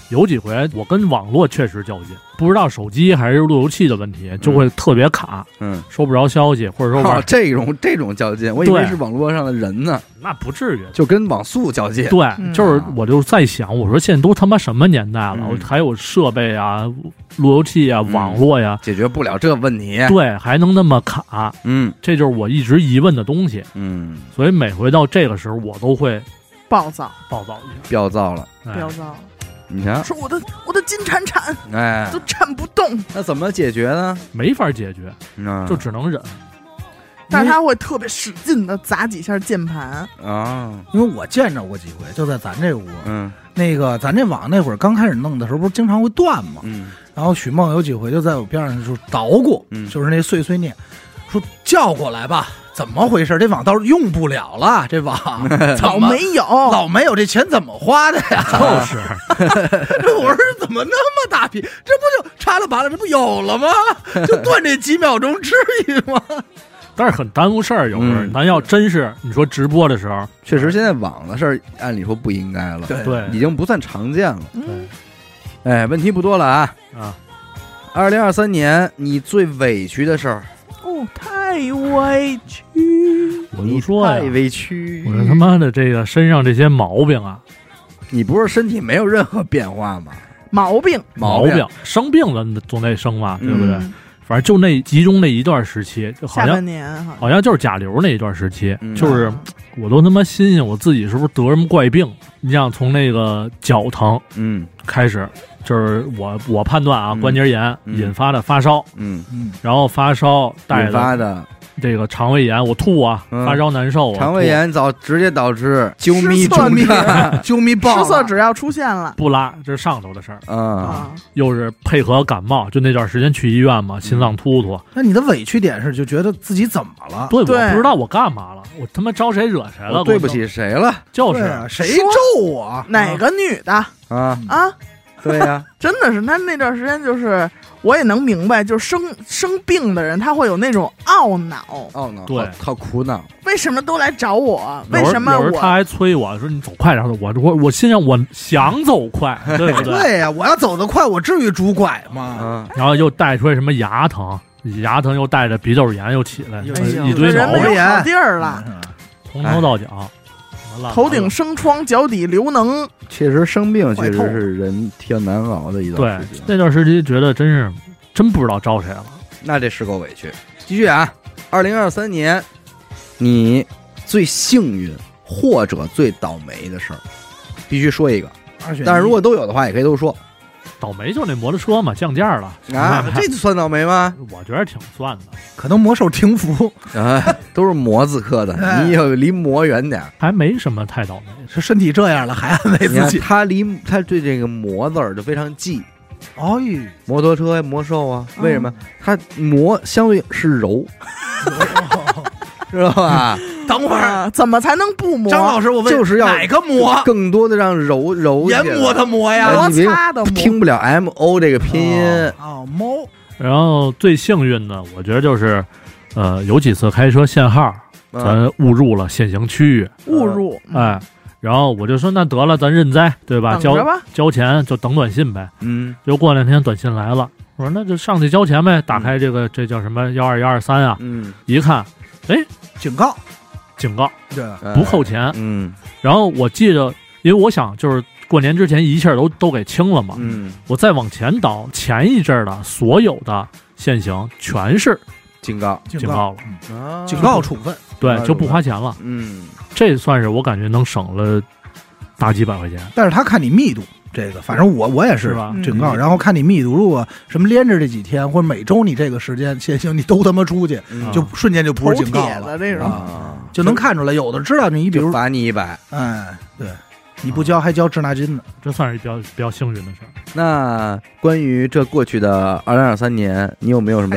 Speaker 4: 有几回我跟网络确实较劲，不知道手机还是路由器的问题，就会特别卡，
Speaker 1: 嗯，
Speaker 4: 收不着消息，或者说玩、
Speaker 1: 哦、这种这种较劲，我以为是网络上的人呢，
Speaker 4: 那不至于，
Speaker 1: 就跟网速较劲。
Speaker 4: 对，
Speaker 3: 嗯、
Speaker 4: 就是我就在想，我说现在都他妈什么年代了，
Speaker 1: 嗯、
Speaker 4: 还有设备啊、路由器啊、网络呀、
Speaker 1: 嗯，解决不了这问题。
Speaker 4: 对，还能那么卡，
Speaker 1: 嗯，
Speaker 4: 这就是我一直疑问的东西。
Speaker 1: 嗯，
Speaker 4: 所以每回到这个时候，我都会
Speaker 3: 暴躁，
Speaker 4: 暴躁一下，
Speaker 1: 暴躁了，
Speaker 3: 暴躁了。
Speaker 1: 你瞧，
Speaker 3: 说我的我的金铲铲，
Speaker 1: 哎，
Speaker 3: 都铲不动。
Speaker 1: 那怎么解决呢？
Speaker 4: 没法解决，
Speaker 1: 嗯、
Speaker 4: 就只能忍。
Speaker 3: 但是他会特别使劲的砸几下键盘
Speaker 1: 啊，
Speaker 2: 因为我见着过几回，就在咱这屋，
Speaker 1: 嗯，
Speaker 2: 那个咱这网那会儿刚开始弄的时候，不是经常会断吗？
Speaker 1: 嗯，
Speaker 2: 然后许梦有几回就在我边上就捣鼓，
Speaker 1: 嗯，
Speaker 2: 就是那碎碎念，说叫过来吧。怎么回事？这网倒是用不了了，这网
Speaker 3: 老没有，
Speaker 2: 老没有，这钱怎么花的呀？
Speaker 4: 就是，
Speaker 2: 我说怎么那么大批？这不就插了拔了，这不有了吗？就断这几秒钟，至于吗？
Speaker 4: 但是很耽误事儿，有时候、嗯、咱要真是你说直播的时候，
Speaker 1: 确实现在网的事儿，按理说不应该了，
Speaker 4: 对，
Speaker 1: 已经不算常见了。
Speaker 3: 对，
Speaker 1: 哎，问题不多了啊
Speaker 4: 啊！
Speaker 1: 二零二三年你最委屈的事儿。
Speaker 3: 哦，太委屈！
Speaker 4: 我就说呀，
Speaker 1: 太委屈！
Speaker 4: 我他妈的这个身上这些毛病啊，
Speaker 1: 你不是身体没有任何变化吗？
Speaker 3: 毛病，
Speaker 4: 毛病，生病了总得生嘛，对不对？
Speaker 3: 嗯、
Speaker 4: 反正就那集中那一段时期，就好像
Speaker 3: 下半年好像
Speaker 4: 好像就是甲流那一段时期，
Speaker 1: 嗯、
Speaker 4: 就是我都他妈心想我自己是不是得什么怪病？你想从那个脚疼，
Speaker 1: 嗯，
Speaker 4: 开始。就是我我判断啊，关节炎、
Speaker 1: 嗯、
Speaker 4: 引发的发烧，
Speaker 1: 嗯
Speaker 2: 嗯，
Speaker 4: 然后发烧带
Speaker 1: 引发的
Speaker 4: 这个肠胃炎，我吐啊，
Speaker 1: 嗯、
Speaker 4: 发烧难受啊，
Speaker 1: 肠胃炎早直接导致啾咪
Speaker 3: 啾
Speaker 1: 咪
Speaker 2: 啾咪爆，
Speaker 3: 失色只要出现了
Speaker 4: 不拉，这是上头的事儿
Speaker 1: 啊，
Speaker 4: 又是配合感冒，就那段时间去医院嘛，心脏突突。
Speaker 2: 那你的委屈点是就觉得自己怎么了？
Speaker 4: 对，我不知道我干嘛了，我他妈招谁惹谁了？
Speaker 1: 对不起谁了？
Speaker 4: 就是、
Speaker 2: 啊、谁咒我？
Speaker 3: 哪个女的
Speaker 1: 啊
Speaker 3: 啊？
Speaker 1: 对呀、啊，
Speaker 3: 真的是，他那段时间就是我也能明白，就是生生病的人他会有那种懊恼，
Speaker 1: 懊恼，
Speaker 4: 对，
Speaker 1: 好苦恼，
Speaker 3: 为什么都来找我？为什么我？
Speaker 4: 他还催我说你走快点，我我我心想我想走快，对不对？
Speaker 2: 对呀、啊，我要走得快，我至于拄拐吗？
Speaker 1: 嗯，
Speaker 4: 然后又带出来什么牙疼，牙疼又带着鼻窦炎又起来，
Speaker 3: 哎、
Speaker 4: 一堆毛病，
Speaker 3: 好地儿了，
Speaker 4: 从头到脚。
Speaker 3: 头顶生疮，脚底流脓，
Speaker 1: 确实生病确实是人挺难熬的一段时
Speaker 4: 间。对，那段时期觉得真是真不知道招谁了。
Speaker 1: 那这是够委屈。继续啊，二零二三年你最幸运或者最倒霉的事儿，必须说一个。但是如果都有的话，也可以都说。
Speaker 4: 倒霉就那摩托车嘛，降价了
Speaker 1: 啊，这算倒霉吗？
Speaker 4: 我觉得挺算的，
Speaker 2: 可能魔兽停服
Speaker 1: 啊，都是魔字科的，你要离魔远点，
Speaker 4: 还没什么太倒霉。
Speaker 2: 是身体这样了，还安慰自己。
Speaker 1: 他离他对这个魔字儿就非常忌。
Speaker 2: 哦，
Speaker 1: 摩托车呀，魔兽啊，为什么？它魔相对是柔，知道吧？
Speaker 2: 等会儿
Speaker 3: 怎么才能不磨？
Speaker 2: 张老师，我问，
Speaker 1: 就是要
Speaker 2: 哪个磨？
Speaker 1: 更多的让柔柔
Speaker 2: 研磨的磨呀，
Speaker 3: 摩擦的磨，
Speaker 1: 听不了 M O 这个拼音
Speaker 2: 哦，猫。
Speaker 4: 然后最幸运的，我觉得就是，呃，有几次开车限号，咱误入了限行区域，
Speaker 3: 误入，
Speaker 4: 哎，然后我就说那得了，咱认栽，对吧？交交钱就等短信呗。
Speaker 1: 嗯，
Speaker 4: 就过两天短信来了，我说那就上去交钱呗。打开这个这叫什么幺二幺二三啊？
Speaker 1: 嗯，
Speaker 4: 一看，哎，
Speaker 2: 警告。
Speaker 4: 警告，
Speaker 2: 对，
Speaker 4: 不扣钱。
Speaker 1: 嗯，
Speaker 4: 然后我记着，因为我想就是过年之前一切都都给清了嘛。
Speaker 1: 嗯，
Speaker 4: 我再往前倒，前一阵的所有的限行全是
Speaker 1: 警告，
Speaker 4: 警告了，
Speaker 2: 嗯、警告处分，
Speaker 4: 对，就不花钱了。
Speaker 1: 嗯，
Speaker 4: 这算是我感觉能省了大几百块钱。
Speaker 2: 但是他看你密度。这个反正我我也是警告，然后看你密度，如果什么连着这几天或者每周你这个时间限行，你都他妈出去，
Speaker 1: 嗯、
Speaker 2: 就瞬间就不是警告
Speaker 3: 了，这种、
Speaker 1: 啊、
Speaker 2: 就能看出来。有的知道你，比如
Speaker 1: 罚你一百，
Speaker 2: 哎，对，你不交还交滞纳金呢，
Speaker 4: 这算是比较比较幸运的事儿。
Speaker 1: 那关于这过去的二零二三年，你有没有什么？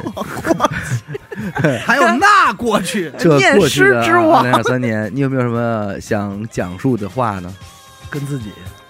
Speaker 2: 还有那过去，
Speaker 1: 这过去的二零二三年，你有没有什么想讲述的话呢？
Speaker 2: 跟自己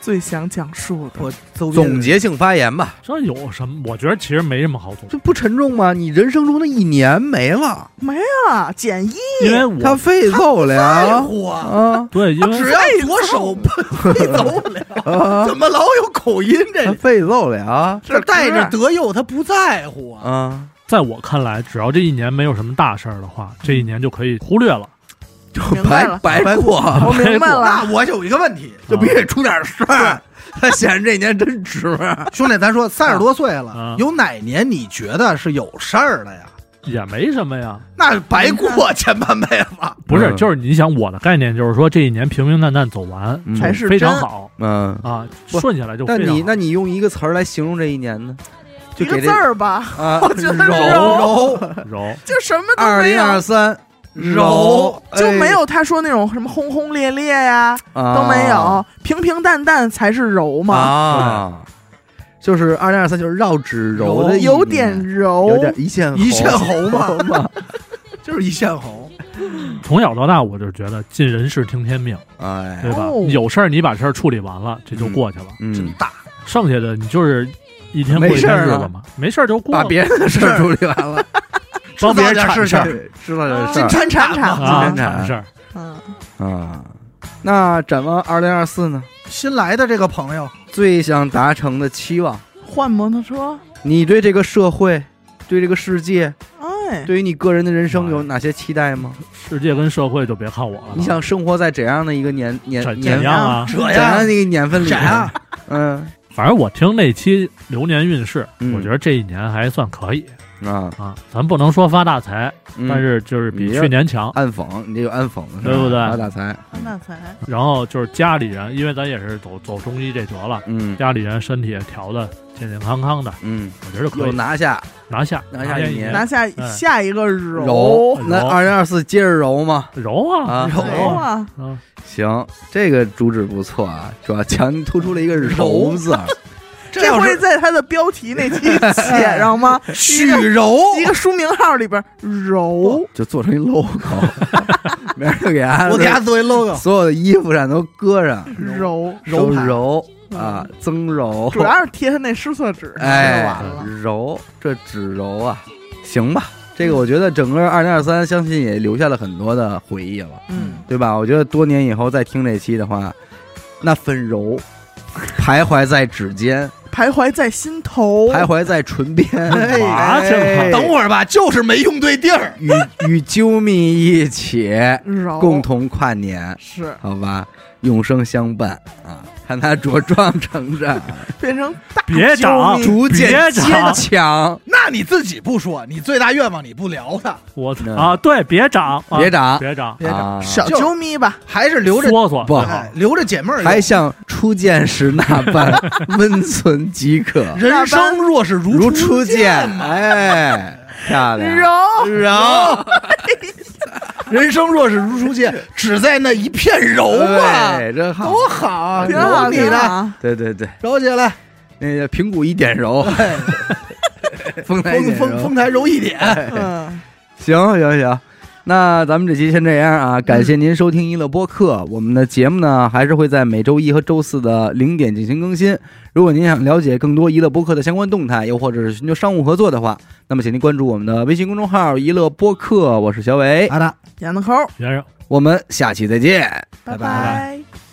Speaker 3: 最想讲述的，
Speaker 2: 我
Speaker 1: 总结性发言吧。
Speaker 4: 这有什么？我觉得其实没什么好总结，
Speaker 1: 这不沉重吗？你人生中的一年没了，
Speaker 3: 没了，减一，
Speaker 4: 因为我
Speaker 1: 他废走了
Speaker 2: 啊
Speaker 1: 啊！
Speaker 4: 对，因为
Speaker 2: 只要左手废走了，怎么老有口音？这
Speaker 1: 废走了，
Speaker 2: 这带着德佑，他不在乎啊。
Speaker 1: 啊，
Speaker 4: 在我看来，只要这一年没有什么大事儿的话，这一年就可以忽略了。
Speaker 1: 就白白过，
Speaker 3: 我明白了。
Speaker 2: 那我有一个问题，
Speaker 1: 就必须得出点事儿。他显然这一年真值。
Speaker 2: 兄弟，咱说三十多岁了，
Speaker 4: 啊、
Speaker 2: 有哪年你觉得是有事儿的呀？
Speaker 4: 也没什么呀，
Speaker 2: 那白过前半辈子。
Speaker 4: 不是，就是你想我的概念就是说，这一年平平淡淡走完
Speaker 3: 才是
Speaker 4: 非常好。
Speaker 1: 嗯
Speaker 4: 啊，顺下来就非常好。
Speaker 1: 那你那你用一个词儿来形容这一年呢？就给
Speaker 3: 一个字儿吧。
Speaker 1: 啊，
Speaker 3: 我觉得
Speaker 1: 柔
Speaker 2: 柔
Speaker 4: 柔，
Speaker 3: 就什么都
Speaker 1: 二零
Speaker 3: 没有。
Speaker 1: 二三。
Speaker 2: 柔
Speaker 3: 就没有他说那种什么轰轰烈烈呀，都没有，平平淡淡才是柔嘛。
Speaker 1: 啊，就是二零二三，就是绕指柔的，
Speaker 3: 有点柔，
Speaker 1: 有点一线
Speaker 2: 一线红嘛，就是一线红。
Speaker 4: 从小到大，我就觉得尽人事听天命，
Speaker 1: 哎，
Speaker 4: 对吧？有事儿你把事儿处理完了，这就过去了，
Speaker 2: 真大。
Speaker 4: 剩下的你就是一天过一天日子嘛，没事儿就过，
Speaker 1: 把别人的事儿处理完了。
Speaker 4: 帮别人铲事儿，
Speaker 1: 知道这
Speaker 3: 事儿，金铲铲，
Speaker 4: 金铲铲事儿，
Speaker 3: 嗯
Speaker 1: 啊。那展望二零二四呢？
Speaker 2: 新来的这个朋友
Speaker 1: 最想达成的期望，
Speaker 3: 换摩托车。
Speaker 1: 你对这个社会，对这个世界，
Speaker 3: 哎，
Speaker 1: 对于你个人的人生有哪些期待吗？
Speaker 4: 世界跟社会就别看我了。
Speaker 1: 你想生活在怎样的一个年年年
Speaker 4: 样啊？
Speaker 2: 怎
Speaker 1: 样的一个年份里？
Speaker 2: 啊？
Speaker 1: 嗯，
Speaker 4: 反正我听那期流年运势，我觉得这一年还算可以。
Speaker 1: 啊
Speaker 4: 啊，咱不能说发大财，
Speaker 1: 嗯、
Speaker 4: 但是就是比去年强。
Speaker 1: 暗讽，你这有暗讽的，
Speaker 4: 对不对？
Speaker 1: 发大财，
Speaker 3: 发大财。
Speaker 4: 然后就是家里人，因为咱也是走走中医这辙了，
Speaker 1: 嗯，
Speaker 4: 家里人身体也调的健健康康的，
Speaker 1: 嗯，
Speaker 4: 我觉得可以
Speaker 1: 拿下，
Speaker 4: 拿下，
Speaker 1: 拿下一年，
Speaker 3: 拿下下一个柔。
Speaker 1: 柔，那二零二四接着柔吗？
Speaker 4: 柔啊，
Speaker 1: 啊
Speaker 3: 柔啊，
Speaker 4: 嗯，
Speaker 1: 行，这个主旨不错啊，主要强突出了一个柔字。
Speaker 3: 这会在他的标题那期写上吗？
Speaker 2: 许柔
Speaker 3: 一个书名号里边柔
Speaker 1: 就做成一 logo， 明儿就给他，
Speaker 2: 我给他作为 logo，
Speaker 1: 所有的衣服上都搁上
Speaker 3: 柔
Speaker 1: 柔柔啊，增柔，
Speaker 3: 主要是贴他那湿色纸，
Speaker 1: 哎，
Speaker 3: 完了
Speaker 1: 柔这纸柔啊，行吧。这个我觉得整个二零二三，相信也留下了很多的回忆了，
Speaker 3: 嗯，
Speaker 1: 对吧？我觉得多年以后再听这期的话，那份柔徘徊在指尖。
Speaker 3: 徘徊在心头，
Speaker 1: 徘徊在唇边。
Speaker 4: 啊，
Speaker 1: 哎、
Speaker 2: 等会儿吧，就是没用对地儿。
Speaker 1: 与与啾蜜一起共同跨年，
Speaker 3: 是
Speaker 1: 好吧？永生相伴啊！看他茁壮成长，
Speaker 3: 变成大
Speaker 4: 别长，
Speaker 1: 逐渐坚强。
Speaker 2: 那你自己不说，你最大愿望你不聊他，
Speaker 4: 我啊，对，别长，
Speaker 1: 别长，
Speaker 4: 别长，
Speaker 2: 别长，
Speaker 3: 小啾咪吧，
Speaker 2: 还是留着
Speaker 4: 缩缩
Speaker 1: 不
Speaker 2: 好，留着解闷儿，
Speaker 1: 还像初见时那般温存即可。
Speaker 2: 人生若是如
Speaker 1: 如
Speaker 2: 初
Speaker 1: 见，哎，漂亮，
Speaker 3: 柔
Speaker 2: 柔。人生若是如初见，只在那一片柔啊！
Speaker 1: 哎，真好，
Speaker 2: 多好啊！
Speaker 3: 挺好，
Speaker 2: 你的，
Speaker 1: 对对对，
Speaker 2: 揉起来，
Speaker 1: 那个平谷一点柔，丰台
Speaker 2: 丰丰丰台柔一点。
Speaker 3: 嗯，
Speaker 1: 行行行，那咱们这期先这样啊！感谢您收听娱乐播客，我们的节目呢还是会在每周一和周四的零点进行更新。如果您想了解更多娱乐播客的相关动态，又或者是寻求商务合作的话，那么请您关注我们的微信公众号“娱乐播客”，我是小伟，
Speaker 2: 好的，
Speaker 3: 演的抠
Speaker 4: 先生，
Speaker 1: 我们下期再见，
Speaker 3: 拜拜。